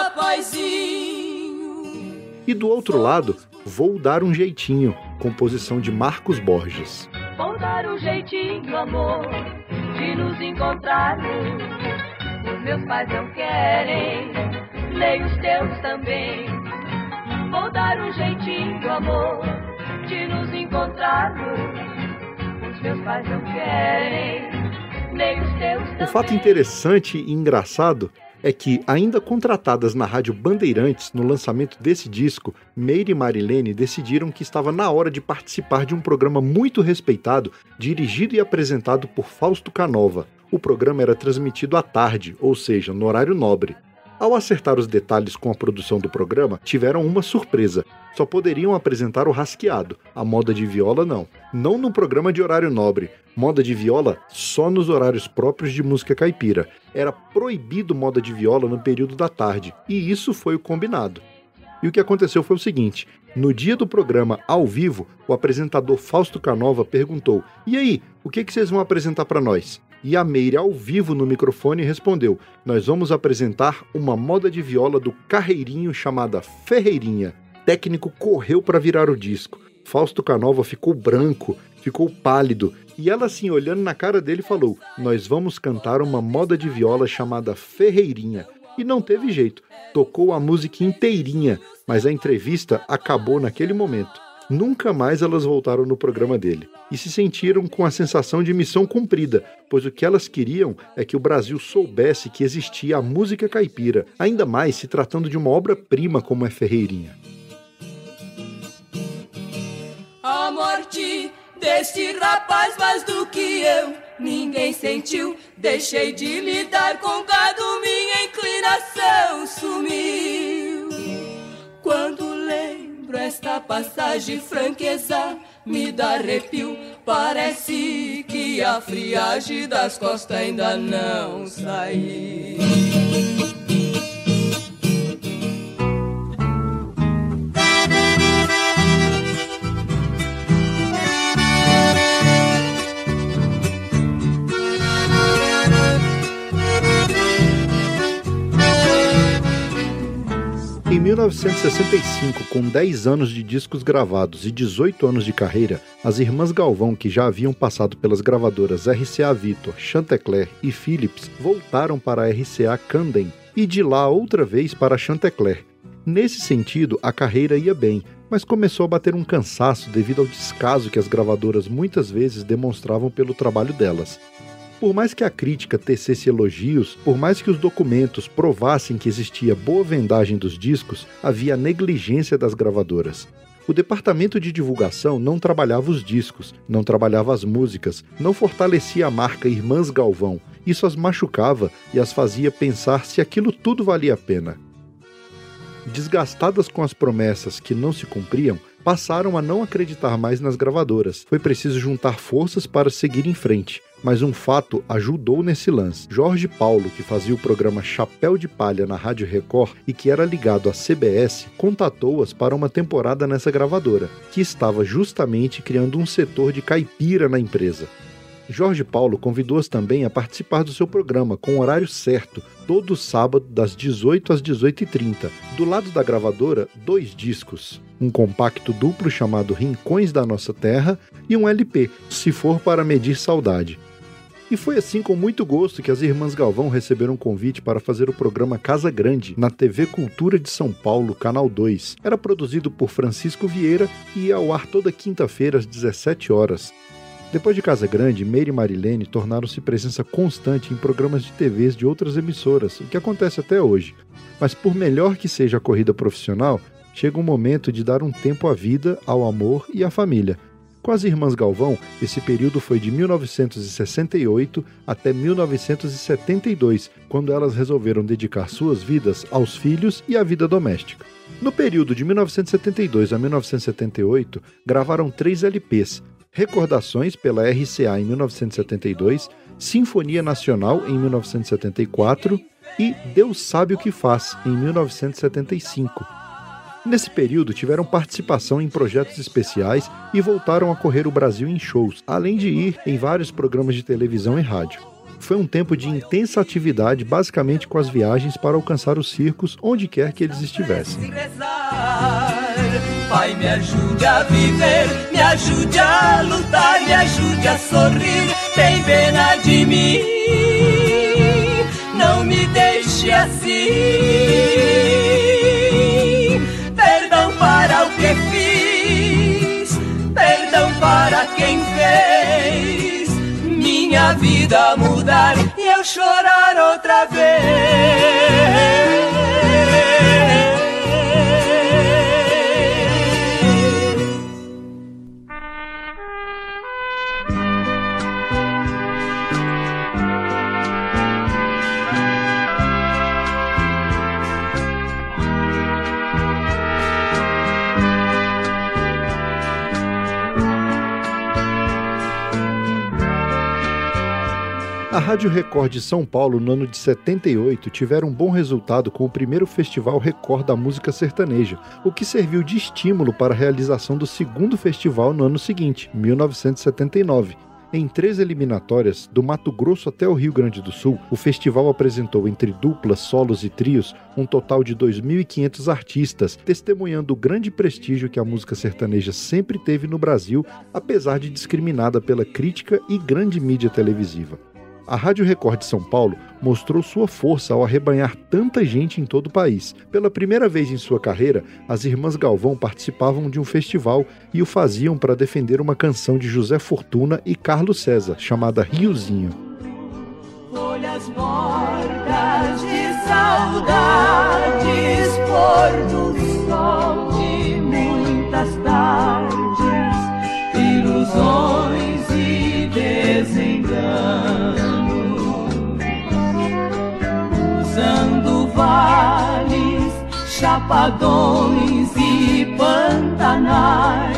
rapazinhos. E do outro lado, Vou Dar um Jeitinho, composição de Marcos Borges. Vou dar um jeitinho, amor, de nos encontrarmos. Os meus pais não querem, nem os teus também. Vou dar um jeitinho, amor, de nos encontrarmos. Os meus pais não querem, nem os teus também. Um fato interessante e engraçado é que, ainda contratadas na Rádio Bandeirantes no lançamento desse disco, Meire e Marilene decidiram que estava na hora de participar de um programa muito respeitado, dirigido e apresentado por Fausto Canova. O programa era transmitido à tarde, ou seja, no horário nobre. Ao acertar os detalhes com a produção do programa, tiveram uma surpresa. Só poderiam apresentar o rasqueado, a moda de viola não. Não no programa de horário nobre. Moda de viola só nos horários próprios de música caipira. Era proibido moda de viola no período da tarde, e isso foi o combinado. E o que aconteceu foi o seguinte: no dia do programa, ao vivo, o apresentador Fausto Canova perguntou: "E aí, o que vocês vão apresentar para nós?" E a Meire, ao vivo no microfone, respondeu: "Nós vamos apresentar uma moda de viola do Carreirinho chamada Ferreirinha." O técnico correu para virar o disco. Fausto Canova ficou branco, ficou pálido, e ela, assim, olhando na cara dele, falou: "Nós vamos cantar uma moda de viola chamada Ferreirinha." E não teve jeito, tocou a música inteirinha, mas a entrevista acabou naquele momento. Nunca mais elas voltaram no programa dele, e se sentiram com a sensação de missão cumprida, pois o que elas queriam é que o Brasil soubesse que existia a música caipira, ainda mais se tratando de uma obra-prima como é Ferreirinha. A morte deste rapaz mais do que eu ninguém sentiu. Deixei de lidar com gado, minha inclinação sumiu. Quando lembro esta passagem, franqueza me dá arrepio. Parece que a friagem das costas ainda não saiu. Em 1965, com 10 anos de discos gravados e 18 anos de carreira, as Irmãs Galvão, que já haviam passado pelas gravadoras RCA Victor, Chantecler e Philips, voltaram para a RCA Candem e de lá outra vez para a Chantecler. Nesse sentido, a carreira ia bem, mas começou a bater um cansaço devido ao descaso que as gravadoras muitas vezes demonstravam pelo trabalho delas. Por mais que a crítica tecesse elogios, por mais que os documentos provassem que existia boa vendagem dos discos, havia negligência das gravadoras. O departamento de divulgação não trabalhava os discos, não trabalhava as músicas, não fortalecia a marca Irmãs Galvão. Isso as machucava e as fazia pensar se aquilo tudo valia a pena. Desgastadas com as promessas que não se cumpriam, passaram a não acreditar mais nas gravadoras. Foi preciso juntar forças para seguir em frente. Mas um fato ajudou nesse lance. Jorge Paulo, que fazia o programa Chapéu de Palha na Rádio Record e que era ligado à CBS, contatou-as para uma temporada nessa gravadora, que estava justamente criando um setor de caipira na empresa. Jorge Paulo convidou-as também a participar do seu programa, com o horário certo, todo sábado das 18 às 18h30. Do lado da gravadora, 2 discos. Um compacto duplo chamado Rincões da Nossa Terra e um LP, Se For Para Medir Saudade. E foi assim com muito gosto que as Irmãs Galvão receberam um convite para fazer o programa Casa Grande, na TV Cultura de São Paulo, Canal 2. Era produzido por Francisco Vieira e ia ao ar toda quinta-feira às 17 horas. Depois de Casa Grande, Meire e Marilene tornaram-se presença constante em programas de TVs de outras emissoras, o que acontece até hoje. Mas por melhor que seja a corrida profissional, chega um momento de dar um tempo à vida, ao amor e à família. Com as Irmãs Galvão, esse período foi de 1968 até 1972, quando elas resolveram dedicar suas vidas aos filhos e à vida doméstica. No período de 1972 a 1978, gravaram 3 LPs, Recordações pela RCA em 1972, Sinfonia Nacional em 1974 e Deus Sabe o que Faz em 1975. Nesse período tiveram participação em projetos especiais e voltaram a correr o Brasil em shows, além de ir em vários programas de televisão e rádio. Foi um tempo de intensa atividade, basicamente com as viagens para alcançar os circos onde quer que eles estivessem. Pai, me ajude a viver, me ajude a lutar, me ajude a sorrir, tem pena de mim, não me deixe assim. Perdão para o que fiz, perdão para quem fez minha vida mudar e eu chorar outra vez. A Rádio Record de São Paulo, no ano de 78, tiveram um bom resultado com o primeiro Festival Record da Música Sertaneja, o que serviu de estímulo para a realização do segundo festival no ano seguinte, 1979. Em 3 eliminatórias, do Mato Grosso até o Rio Grande do Sul, o festival apresentou entre duplas, solos e trios um total de 2.500 artistas, testemunhando o grande prestígio que a música sertaneja sempre teve no Brasil, apesar de discriminada pela crítica e grande mídia televisiva. A Rádio Record de São Paulo mostrou sua força ao arrebanhar tanta gente em todo o país. Pela primeira vez em sua carreira, as Irmãs Galvão participavam de um festival e o faziam para defender uma canção de José Fortuna e Carlos César, chamada Riozinho. Folhas mortas de saudades, pôr do sol de muitas tardes, ilusões e desengano. Cruzando vales, chapadões e pantanais,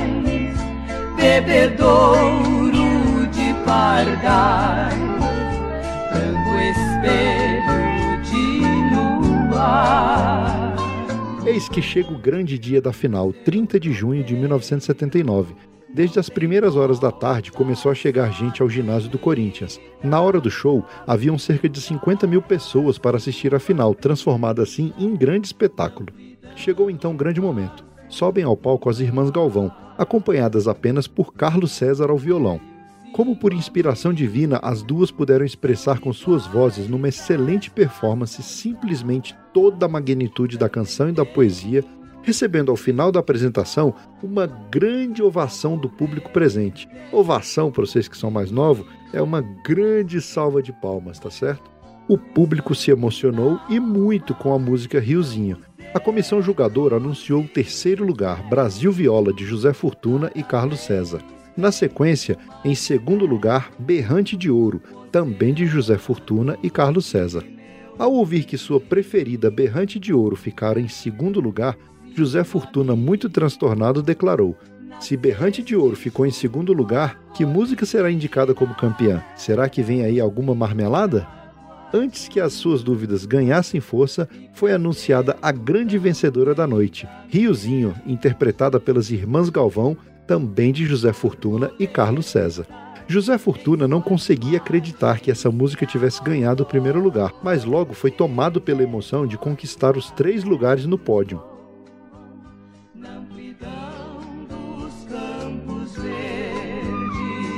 bebedouro de pardais, branco espelho de luar. Eis que chega o grande dia da final, 30 de junho de 1979. Desde as primeiras horas da tarde começou a chegar gente ao ginásio do Corinthians. Na hora do show, haviam cerca de 50 mil pessoas para assistir a final, transformada assim em grande espetáculo. Chegou então um grande momento. Sobem ao palco as Irmãs Galvão, acompanhadas apenas por Carlos César ao violão. Como por inspiração divina, as duas puderam expressar com suas vozes, numa excelente performance, simplesmente toda a magnitude da canção e da poesia, recebendo ao final da apresentação uma grande ovação do público presente. Ovação, para vocês que são mais novos, é uma grande salva de palmas, tá certo? O público se emocionou e muito com a música Riozinho. A comissão julgadora anunciou o terceiro lugar, Brasil Viola, de José Fortuna e Carlos César. Na sequência, em segundo lugar, Berrante de Ouro, também de José Fortuna e Carlos César. Ao ouvir que sua preferida Berrante de Ouro ficara em segundo lugar, José Fortuna, muito transtornado, declarou: se Berrante de Ouro ficou em segundo lugar, que música será indicada como campeã? Será que vem aí alguma marmelada? Antes que as suas dúvidas ganhassem força, foi anunciada a grande vencedora da noite, Riozinho, interpretada pelas Irmãs Galvão, também de José Fortuna e Carlos César. José Fortuna não conseguia acreditar que essa música tivesse ganhado o primeiro lugar, mas logo foi tomado pela emoção de conquistar os 3 lugares no pódio. Na amplidão dos campos verdes,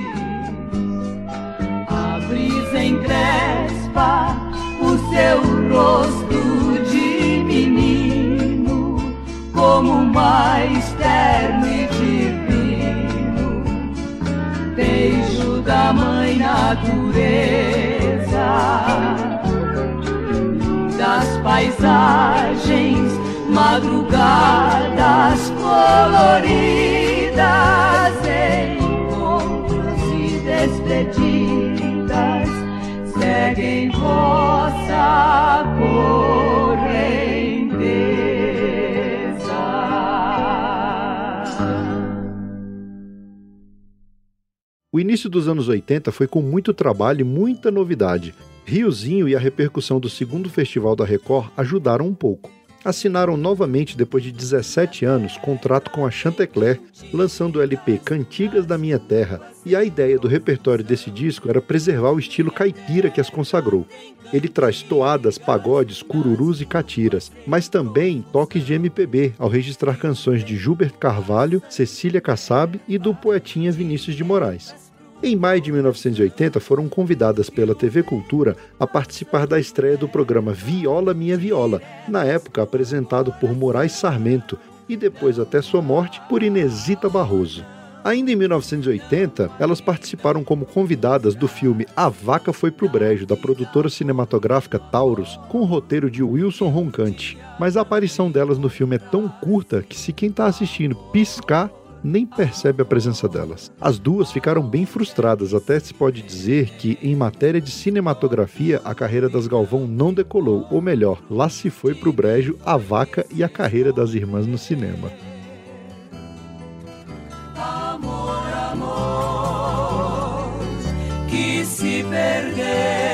a brisa encrespa o seu rosto de menino, como mais terno e divino, beijo da mãe natureza, das paisagens, madrugadas coloridas, encontros e despedidas seguem vossa correnteza. O início dos anos 80 foi com muito trabalho e muita novidade. Riozinho e a repercussão do segundo Festival da Record ajudaram um pouco. Assinaram novamente, depois de 17 anos, contrato com a Chantecler, lançando o LP Cantigas da Minha Terra, e a ideia do repertório desse disco era preservar o estilo caipira que as consagrou. Ele traz toadas, pagodes, cururus e catiras, mas também toques de MPB, ao registrar canções de Gilberto Carvalho, Cecília Kassab e do poetinha Vinícius de Moraes. Em maio de 1980, foram convidadas pela TV Cultura a participar da estreia do programa Viola Minha Viola, na época apresentado por Moraes Sarmento e depois, até sua morte, por Inesita Barroso. Ainda em 1980, elas participaram como convidadas do filme A Vaca Foi Pro Brejo, da produtora cinematográfica Taurus, com o roteiro de Wilson Roncante. Mas a aparição delas no filme é tão curta que, se quem está assistindo piscar, nem percebe a presença delas. As duas ficaram bem frustradas, até se pode dizer que, em matéria de cinematografia, a carreira das Galvão não decolou, ou melhor, lá se foi pro brejo a vaca e a carreira das irmãs no cinema. Amor, amor, que se perdeu.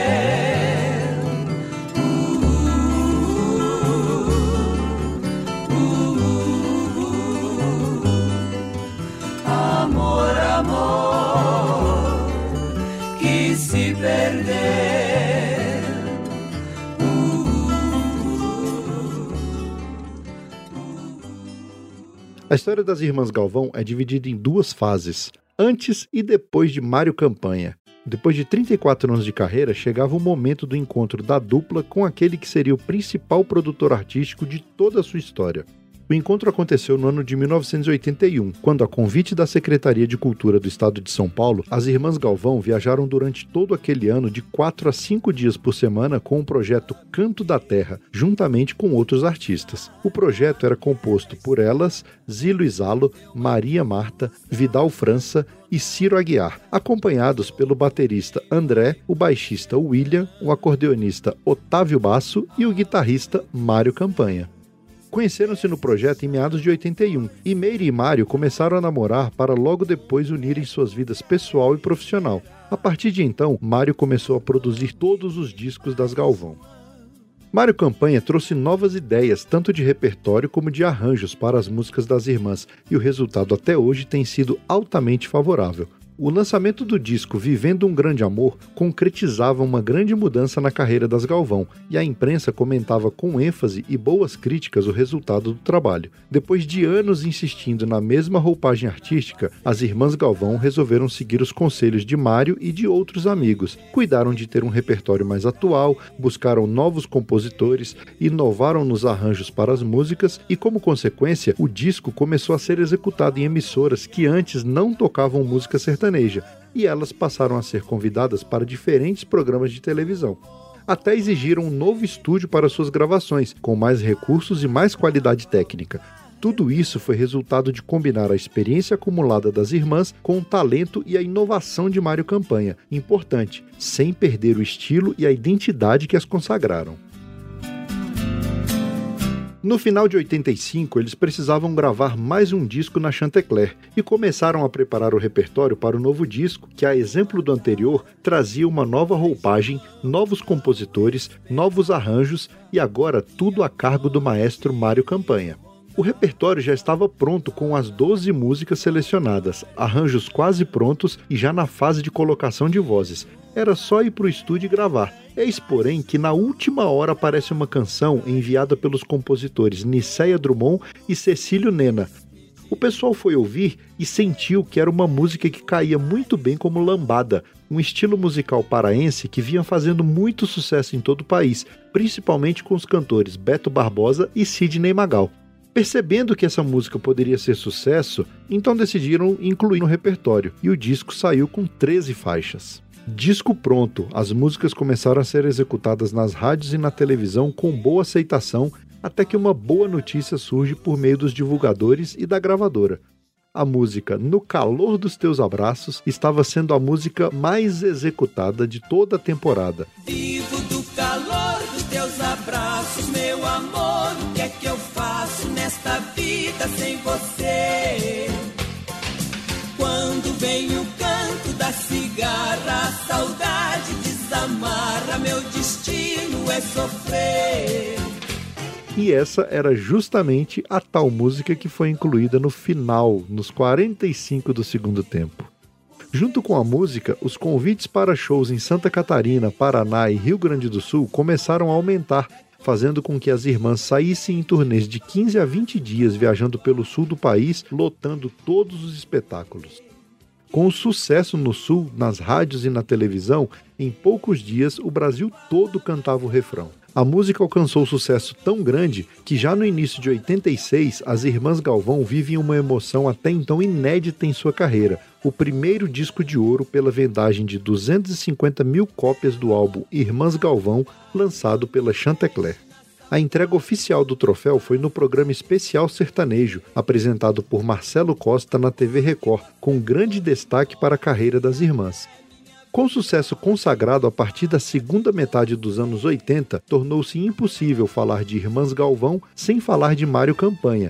Amor, amor, que se perdeu. A história das Irmãs Galvão é dividida em 2 fases, antes e depois de Mário Campanha. Depois de 34 anos de carreira, chegava o momento do encontro da dupla com aquele que seria o principal produtor artístico de toda a sua história. O encontro aconteceu no ano de 1981, quando, a convite da Secretaria de Cultura do Estado de São Paulo, as Irmãs Galvão viajaram durante todo aquele ano de 4 a 5 dias por semana com o projeto Canto da Terra, juntamente com outros artistas. O projeto era composto por elas, Zilo Isalo, Maria Marta, Vidal França e Ciro Aguiar, acompanhados pelo baterista André, o baixista William, o acordeonista Otávio Basso e o guitarrista Mário Campanha. Conheceram-se no projeto em meados de 81 e Meire e Mário começaram a namorar para logo depois unirem suas vidas pessoal e profissional. A partir de então, Mário começou a produzir todos os discos das Galvão. Mário Campanha trouxe novas ideias, tanto de repertório como de arranjos para as músicas das irmãs, e o resultado até hoje tem sido altamente favorável. O lançamento do disco Vivendo um Grande Amor concretizava uma grande mudança na carreira das Galvão, e a imprensa comentava com ênfase e boas críticas o resultado do trabalho. Depois de anos insistindo na mesma roupagem artística, as irmãs Galvão resolveram seguir os conselhos de Mário e de outros amigos. Cuidaram de ter um repertório mais atual, buscaram novos compositores, inovaram nos arranjos para as músicas e, como consequência, o disco começou a ser executado em emissoras que antes não tocavam música sertaneja, e elas passaram a ser convidadas para diferentes programas de televisão. Até exigiram um novo estúdio para suas gravações, com mais recursos e mais qualidade técnica. Tudo isso foi resultado de combinar a experiência acumulada das irmãs com o talento e a inovação de Mário Campanha, importante, sem perder o estilo e a identidade que as consagraram. No final de 85, eles precisavam gravar mais um disco na Chantecler e começaram a preparar o repertório para o novo disco, que, a exemplo do anterior, trazia uma nova roupagem, novos compositores, novos arranjos e agora tudo a cargo do maestro Mário Campanha. O repertório já estava pronto com as 12 músicas selecionadas, arranjos quase prontos e já na fase de colocação de vozes. Era só ir para o estúdio e gravar. Eis, porém, que na última hora aparece uma canção enviada pelos compositores Nicéia Drummond e Cecílio Nena. O pessoal foi ouvir e sentiu que era uma música que caía muito bem como lambada, um estilo musical paraense que vinha fazendo muito sucesso em todo o país, principalmente com os cantores Beto Barbosa e Sidney Magal. Percebendo que essa música poderia ser sucesso, então decidiram incluir no repertório, e o disco saiu com 13 faixas. Disco pronto, as músicas começaram a ser executadas nas rádios e na televisão com boa aceitação, até que uma boa notícia surge por meio dos divulgadores e da gravadora. A música No Calor dos Teus Abraços estava sendo a música mais executada de toda a temporada. Vivo do calor dos teus abraços, meu amor, o que é que eu faço nesta vida sem você? Quando vem o canto da cigarra, a saudade desamarra, meu destino é sofrer. E essa era justamente a tal música que foi incluída no final, nos 45 do segundo tempo. Junto com a música, os convites para shows em Santa Catarina, Paraná e Rio Grande do Sul começaram a aumentar, fazendo com que as irmãs saíssem em turnês de 15 a 20 dias viajando pelo sul do país, lotando todos os espetáculos. Com o sucesso no sul, nas rádios e na televisão, em poucos dias o Brasil todo cantava o refrão. A música alcançou sucesso tão grande que já no início de 86, as irmãs Galvão vivem uma emoção até então inédita em sua carreira, o primeiro disco de ouro pela vendagem de 250 mil cópias do álbum Irmãs Galvão, lançado pela Chantecler. A entrega oficial do troféu foi no programa especial sertanejo, apresentado por Marcelo Costa na TV Record, com grande destaque para a carreira das irmãs. Com sucesso consagrado a partir da segunda metade dos anos 80, tornou-se impossível falar de Irmãs Galvão sem falar de Mário Campanha.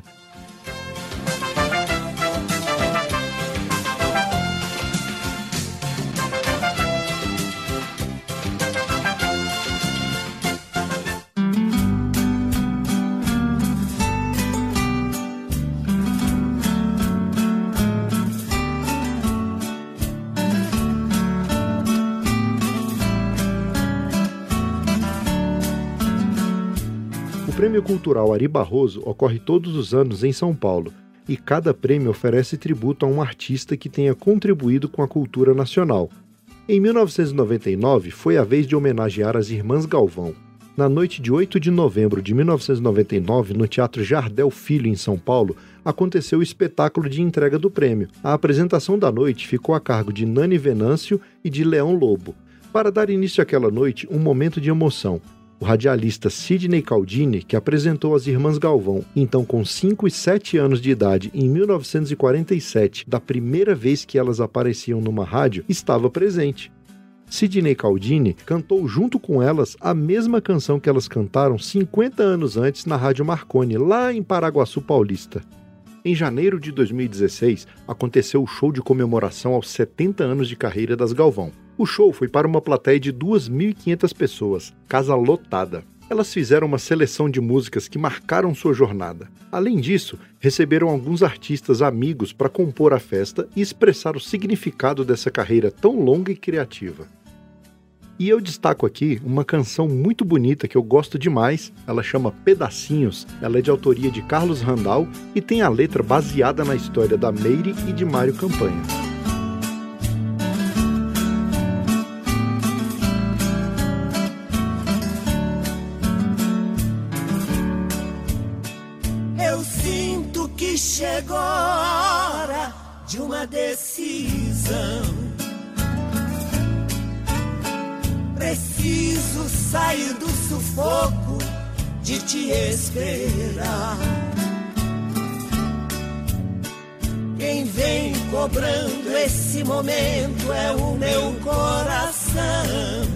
O Prêmio Cultural Ari Barroso ocorre todos os anos em São Paulo, e cada prêmio oferece tributo a um artista que tenha contribuído com a cultura nacional. Em 1999, foi a vez de homenagear as Irmãs Galvão. Na noite de 8 de novembro de 1999, no Teatro Jardel Filho, em São Paulo, aconteceu o espetáculo de entrega do prêmio. A apresentação da noite ficou a cargo de Nani Venâncio e de Leão Lobo. Para dar início àquela noite, um momento de emoção. O radialista Sidney Caldini, que apresentou as Irmãs Galvão, então com 5 e 7 anos de idade, em 1947, da primeira vez que elas apareciam numa rádio, estava presente. Sidney Caldini cantou junto com elas a mesma canção que elas cantaram 50 anos antes na Rádio Marconi, lá em Paraguaçu Paulista. Em janeiro de 2016, aconteceu o show de comemoração aos 70 anos de carreira das Galvão. O show foi para uma plateia de 2.500 pessoas, casa lotada. Elas fizeram uma seleção de músicas que marcaram sua jornada. Além disso, receberam alguns artistas amigos para compor a festa e expressar o significado dessa carreira tão longa e criativa. E eu destaco aqui uma canção muito bonita que eu gosto demais, ela chama Pedacinhos, ela é de autoria de Carlos Randall e tem a letra baseada na história da Meire e de Mário Campanha. Chegou a hora de uma decisão. Preciso sair do sufoco de te esperar. Quem vem cobrando esse momento é o meu coração.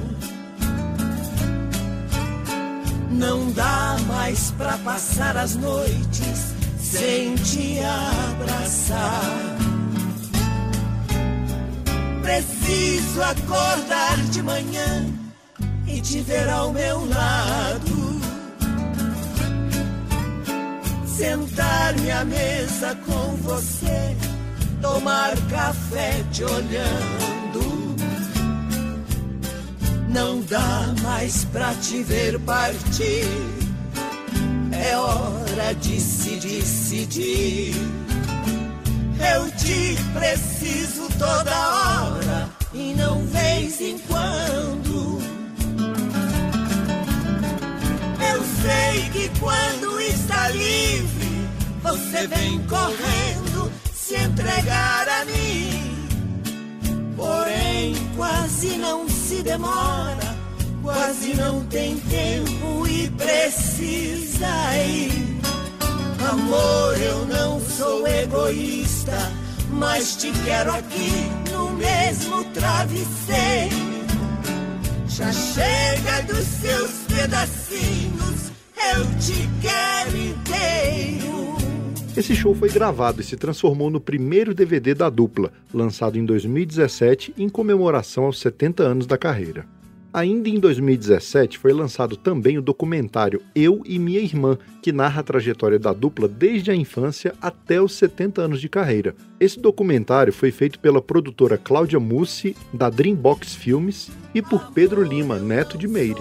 Não dá mais pra passar as noites sem te abraçar. Preciso acordar de manhã e te ver ao meu lado. Sentar-me à mesa com você, tomar café te olhando. Não dá mais pra te ver partir. É hora de se decidir. Eu te preciso toda hora e não vez em quando. Eu sei que quando está livre, você vem correndo se entregar a mim. Porém, quase não se demora, quase não tem tempo e precisa ir. Amor, eu não sou egoísta, mas te quero aqui no mesmo travesseiro. Já chega dos seus pedacinhos, eu te quero inteiro. Esse show foi gravado e se transformou no primeiro DVD da dupla, lançado em 2017 em comemoração aos 70 anos da carreira. Ainda em 2017 foi lançado também o documentário Eu e Minha Irmã, que narra a trajetória da dupla desde a infância até os 70 anos de carreira. Esse documentário foi feito pela produtora Cláudia Mussi, da Dreambox Filmes, e por Pedro Lima, neto de Meire.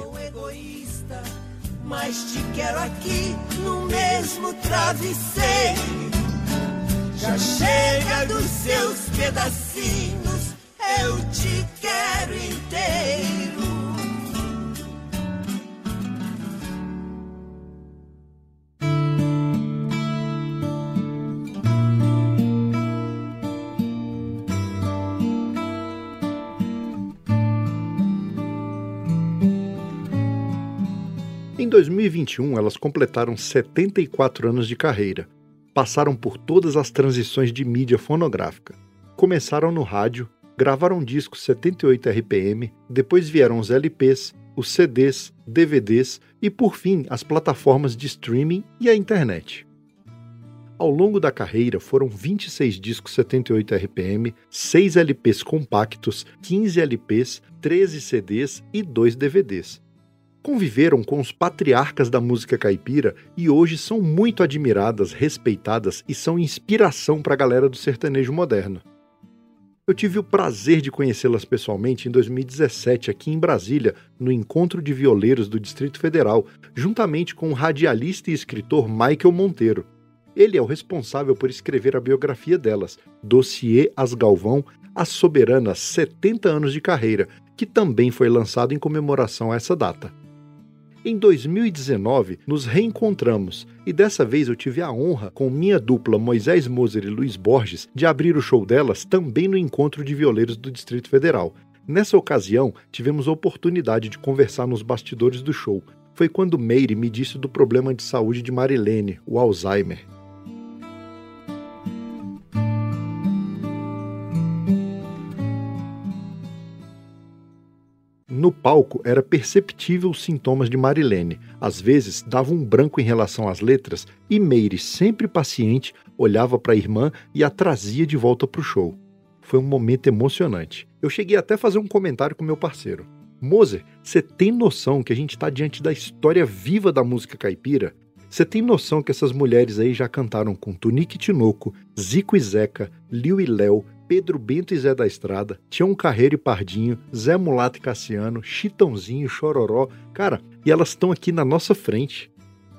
Mas te quero aqui no mesmo travesseiro. Já chega dos seus pedacinhos, eu te quero inteiro. Em 2021, elas completaram 74 anos de carreira. Passaram por todas as transições de mídia fonográfica. Começaram no rádio, gravaram discos 78 RPM, depois vieram os LPs, os CDs, DVDs e, por fim, as plataformas de streaming e a internet. Ao longo da carreira foram 26 discos 78 RPM, 6 LPs compactos, 15 LPs, 13 CDs e 2 DVDs. Conviveram com os patriarcas da música caipira e hoje são muito admiradas, respeitadas e são inspiração para a galera do sertanejo moderno. Eu tive o prazer de conhecê-las pessoalmente em 2017 aqui em Brasília, no Encontro de Violeiros do Distrito Federal, juntamente com o radialista e escritor Michael Monteiro. Ele é o responsável por escrever a biografia delas, Dossiê As Galvão, As Soberanas 70 anos de carreira, que também foi lançado em comemoração a essa data. Em 2019, nos reencontramos e dessa vez eu tive a honra, com minha dupla Moisés Moser e Luiz Borges, de abrir o show delas também no Encontro de Violeiros do Distrito Federal. Nessa ocasião, tivemos a oportunidade de conversar nos bastidores do show. Foi quando Meire me disse do problema de saúde de Marilene, o Alzheimer. No palco, era perceptível os sintomas de Marilene. Às vezes, dava um branco em relação às letras e Meire, sempre paciente, olhava para a irmã e a trazia de volta para o show. Foi um momento emocionante. Eu cheguei até a fazer um comentário com meu parceiro. Moser, você tem noção que a gente está diante da história viva da música caipira? Você tem noção que essas mulheres aí já cantaram com Tunique Tinoco, Zico e Zeca, Liu e Léo, Pedro Bento e Zé da Estrada, Tião Carreiro e Pardinho, Zé Mulato e Cassiano, Chitãozinho, Chororó, cara, e elas estão aqui na nossa frente.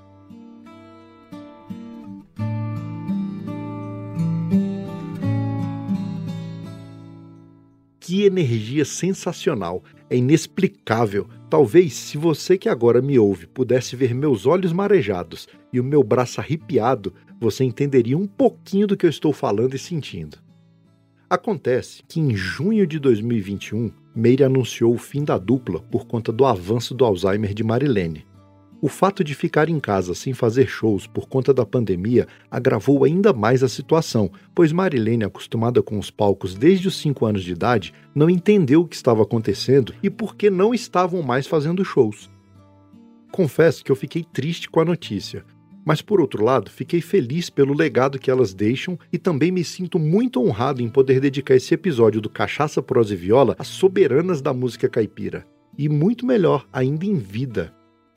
Que energia sensacional, é inexplicável. Talvez, se você que agora me ouve pudesse ver meus olhos marejados e o meu braço arrepiado, você entenderia um pouquinho do que eu estou falando e sentindo. Acontece que em junho de 2021, Meire anunciou o fim da dupla por conta do avanço do Alzheimer de Marilene. O fato de ficar em casa sem fazer shows por conta da pandemia agravou ainda mais a situação, pois Marilene, acostumada com os palcos desde os 5 anos de idade, não entendeu o que estava acontecendo e por que não estavam mais fazendo shows. Confesso que eu fiquei triste com a notícia, mas por outro lado, fiquei feliz pelo legado que elas deixam e também me sinto muito honrado em poder dedicar esse episódio do Cachaça, Prosa e Viola às soberanas da música caipira. E muito melhor, ainda em vida.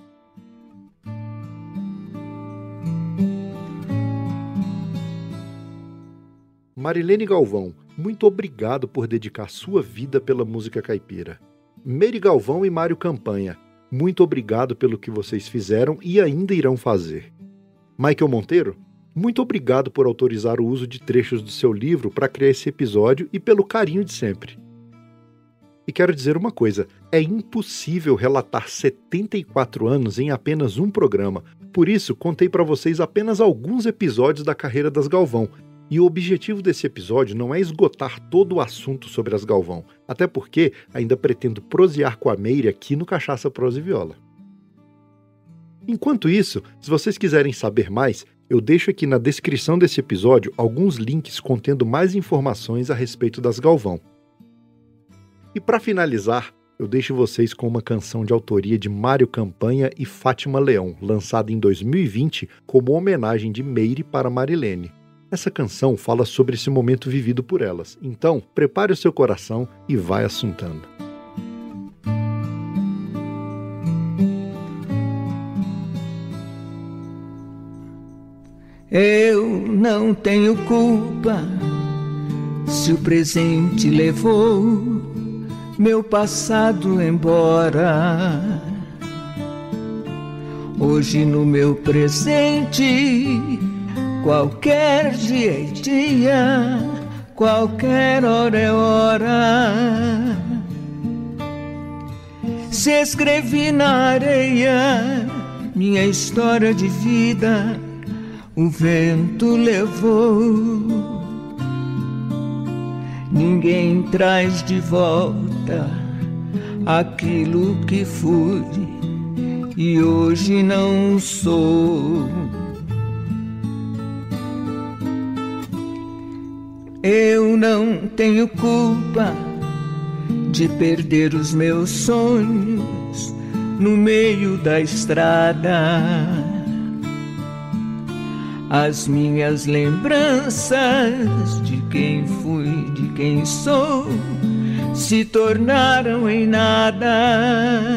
Marilene Galvão, muito obrigado por dedicar sua vida pela música caipira. Meire Galvão e Mário Campanha, muito obrigado pelo que vocês fizeram e ainda irão fazer. Michael Monteiro, muito obrigado por autorizar o uso de trechos do seu livro para criar esse episódio e pelo carinho de sempre. E quero dizer uma coisa, é impossível relatar 74 anos em apenas um programa, por isso contei para vocês apenas alguns episódios da carreira das Galvão. E o objetivo desse episódio não é esgotar todo o assunto sobre as Galvão, até porque ainda pretendo prosear com a Meire aqui no Cachaça, Prosa e Viola. Enquanto isso, se vocês quiserem saber mais, eu deixo aqui na descrição desse episódio alguns links contendo mais informações a respeito das Galvão. E para finalizar, eu deixo vocês com uma canção de autoria de Mário Campanha e Fátima Leão, lançada em 2020 como homenagem de Meire para Marilene. Essa canção fala sobre esse momento vivido por elas, então prepare o seu coração e vai assuntando. Eu não tenho culpa se o presente levou meu passado embora. Hoje no meu presente, qualquer dia é dia, qualquer hora é hora. Se escrevi na areia minha história de vida, o vento levou. Ninguém traz de volta aquilo que fui e hoje não sou. Eu não tenho culpa de perder os meus sonhos no meio da estrada. As minhas lembranças de quem fui, de quem sou, se tornaram em nada.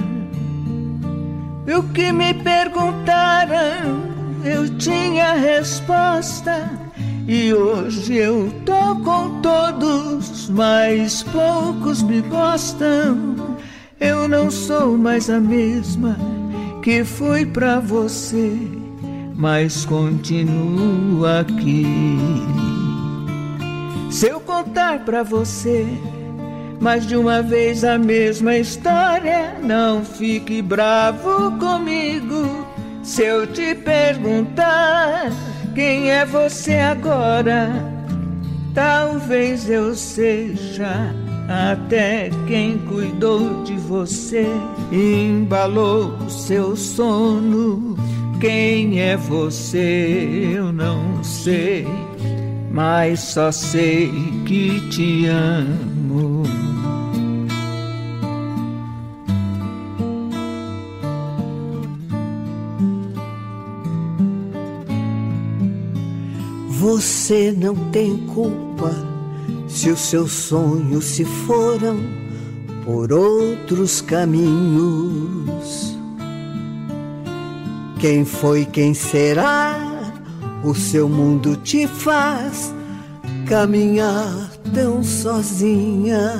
O que me perguntaram, eu tinha resposta. E hoje eu tô com todos, mas poucos me gostam. Eu não sou mais a mesma que fui pra você, mas continuo aqui. Se eu contar pra você mais de uma vez a mesma história, não fique bravo comigo. Se eu te perguntar quem é você agora, talvez eu seja até quem cuidou de você, embalou o seu sono. Quem é você eu não sei, mas só sei que te amo. Você não tem culpa se os seus sonhos se foram por outros caminhos. Quem foi, quem será? O seu mundo te faz caminhar tão sozinha.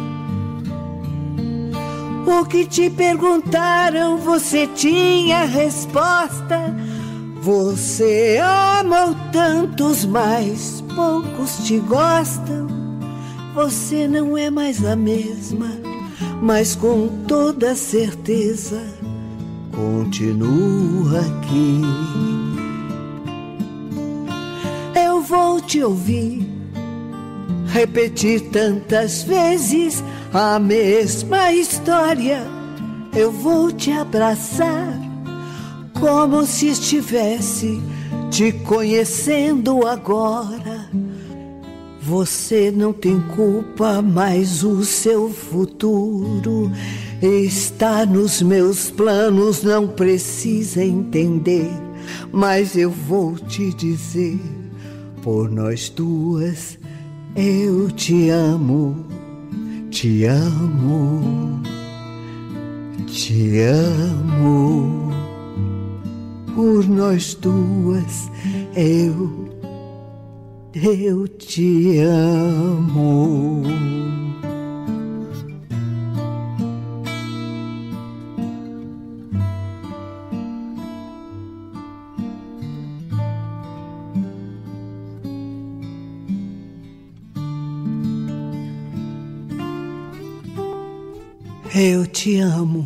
O que te perguntaram, você tinha resposta. Você amou tantos, mas poucos te gostam. Você não é mais a mesma, mas com toda certeza continua aqui. Eu vou te ouvir repetir tantas vezes a mesma história. Eu vou te abraçar como se estivesse te conhecendo agora. Você não tem culpa, mas o seu futuro está nos meus planos. Não precisa entender, mas eu vou te dizer, por nós duas eu te amo, te amo, te amo. Por nós duas eu te amo. Eu te amo.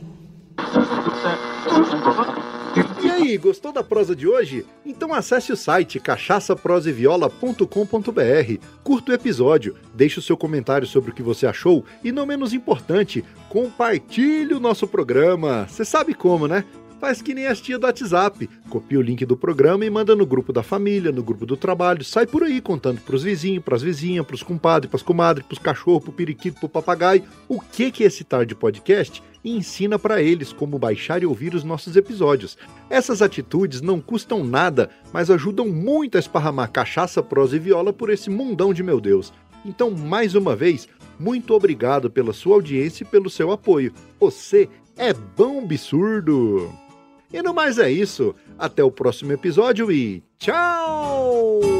E aí, gostou da prosa de hoje? Então acesse o site cachaçaproseviola.com.br, curta o episódio, deixe o seu comentário sobre o que você achou e, não menos importante, compartilhe o nosso programa. Você sabe como, né? Faz que nem as tias do WhatsApp. Copia o link do programa e manda no grupo da família, no grupo do trabalho. Sai por aí contando pros vizinhos, pras vizinhas, pros compadres, pras comadres, pros cachorros, pro periquito, pro papagaio. O que é esse Tarde Podcast? E ensina pra eles como baixar e ouvir os nossos episódios. Essas atitudes não custam nada, mas ajudam muito a esparramar cachaça, prosa e viola por esse mundão de meu Deus. Então, mais uma vez, muito obrigado pela sua audiência e pelo seu apoio. Você é bom absurdo! E no mais é isso, até o próximo episódio e tchau!